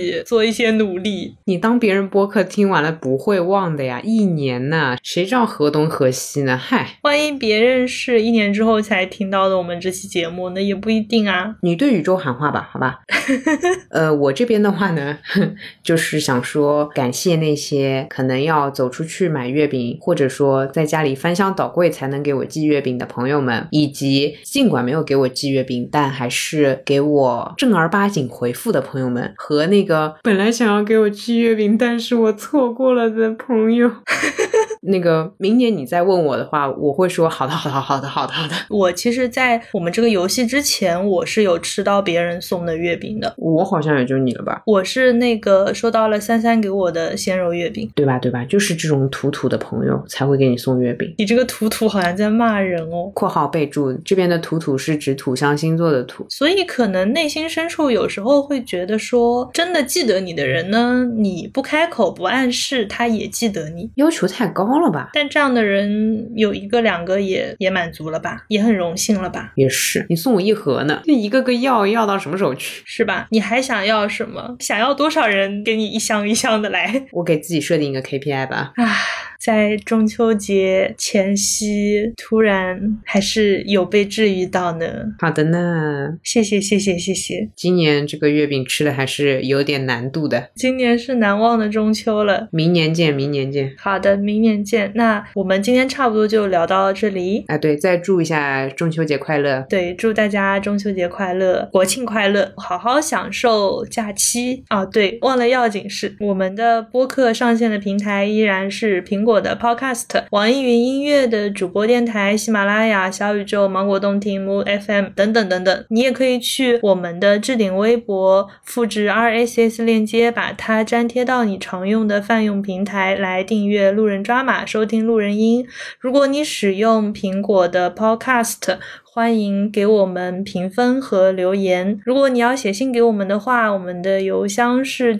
一些努力。 你当别人播客听完了不会忘的呀，1年呢，谁知道河东河西呢？嗨， 万一别人是1年之后才听到的我们这期节目，那也不一定啊。 你对宇宙喊话吧，好吧。我这边的话呢，就是想说感谢那些可能要走出去买月饼，或者说在家里翻箱倒柜才能给我寄月饼的朋友们，以及尽管没有给我寄月饼但还是给我正儿八经回复的朋友们，和那个本来想要给我寄月饼但是我错过了的朋友。那个明年你再问我的话，我会说好的好的好的好的好的。 我其实在我们这个游戏之前，我是有吃到别人送的月饼的。 我好像也就你了吧。 我是那个收到了33给我的鲜肉月饼。 对吧对吧，就是这种土土的朋友才会给你送月饼。 你这个土土好像在骂人哦。 括号备注，这边的土土是指土象星座的土。 所以可能内心深处有时候会觉得说，真的记得你的人呢，你不开口不暗示他也记得你。 要求太高了吧。 但这样的人有1个2个也满足了吧，也很荣幸了吧。 也是，你送我1盒呢，这一个个要到什么时候去， 是吧？你还想要什么？想要多少人给你一箱一箱的来？ 我给自己设定一个 KPI 吧。 在中秋节前夕突然还是有被治愈到呢。 好的呢， 谢谢谢谢谢谢。 今年这个月饼吃的还是有点难度的。 今年是难忘的中秋了。 明年见明年见。 好的，明年见。那我们今天差不多就聊到这里。 对，再祝一下中秋节快乐。 对，祝大家中秋节快乐，国庆快乐，好好享受假期。对，忘了要紧是我们的播客上线的平台依然是苹果的 Podcast、 网易云音乐的主播电台、喜马拉雅、小宇宙、芒果动听、Mood FM 等等等等。你也可以去我们的置顶微博，复制 RSS 链接，把它粘贴到你常用的泛用平台来订阅路人抓马，收听路人音。如果你使用苹果的 Podcast，欢迎给我们评分和留言。如果你要写信给我们的话，我们的邮箱是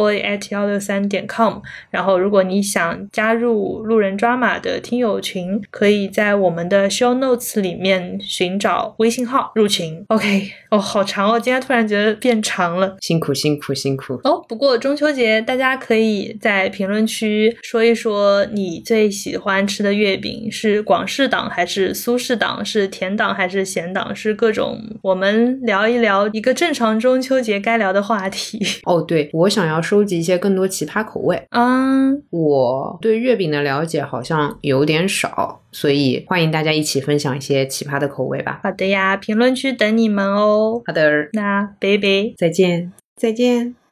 dramaboy@163.com。 然后如果你想加入路人抓马的听友群，可以在我们的 show notes 里面寻找微信号入群。 OK， 好长哦，今天突然觉得变长了， 辛苦辛苦辛苦。 不过中秋节大家可以在评论区说一说你最喜欢吃的月饼是广式党还是苏式党，是甜党还是咸党，是各种，我们聊一聊一个正常中秋节该聊的话题。 对，我想要收集一些更多奇葩口味。我对月饼的了解好像有点少，所以欢迎大家一起分享一些奇葩的口味吧。 好的呀，评论区等你们哦。 好的， 那拜拜， 再见再见。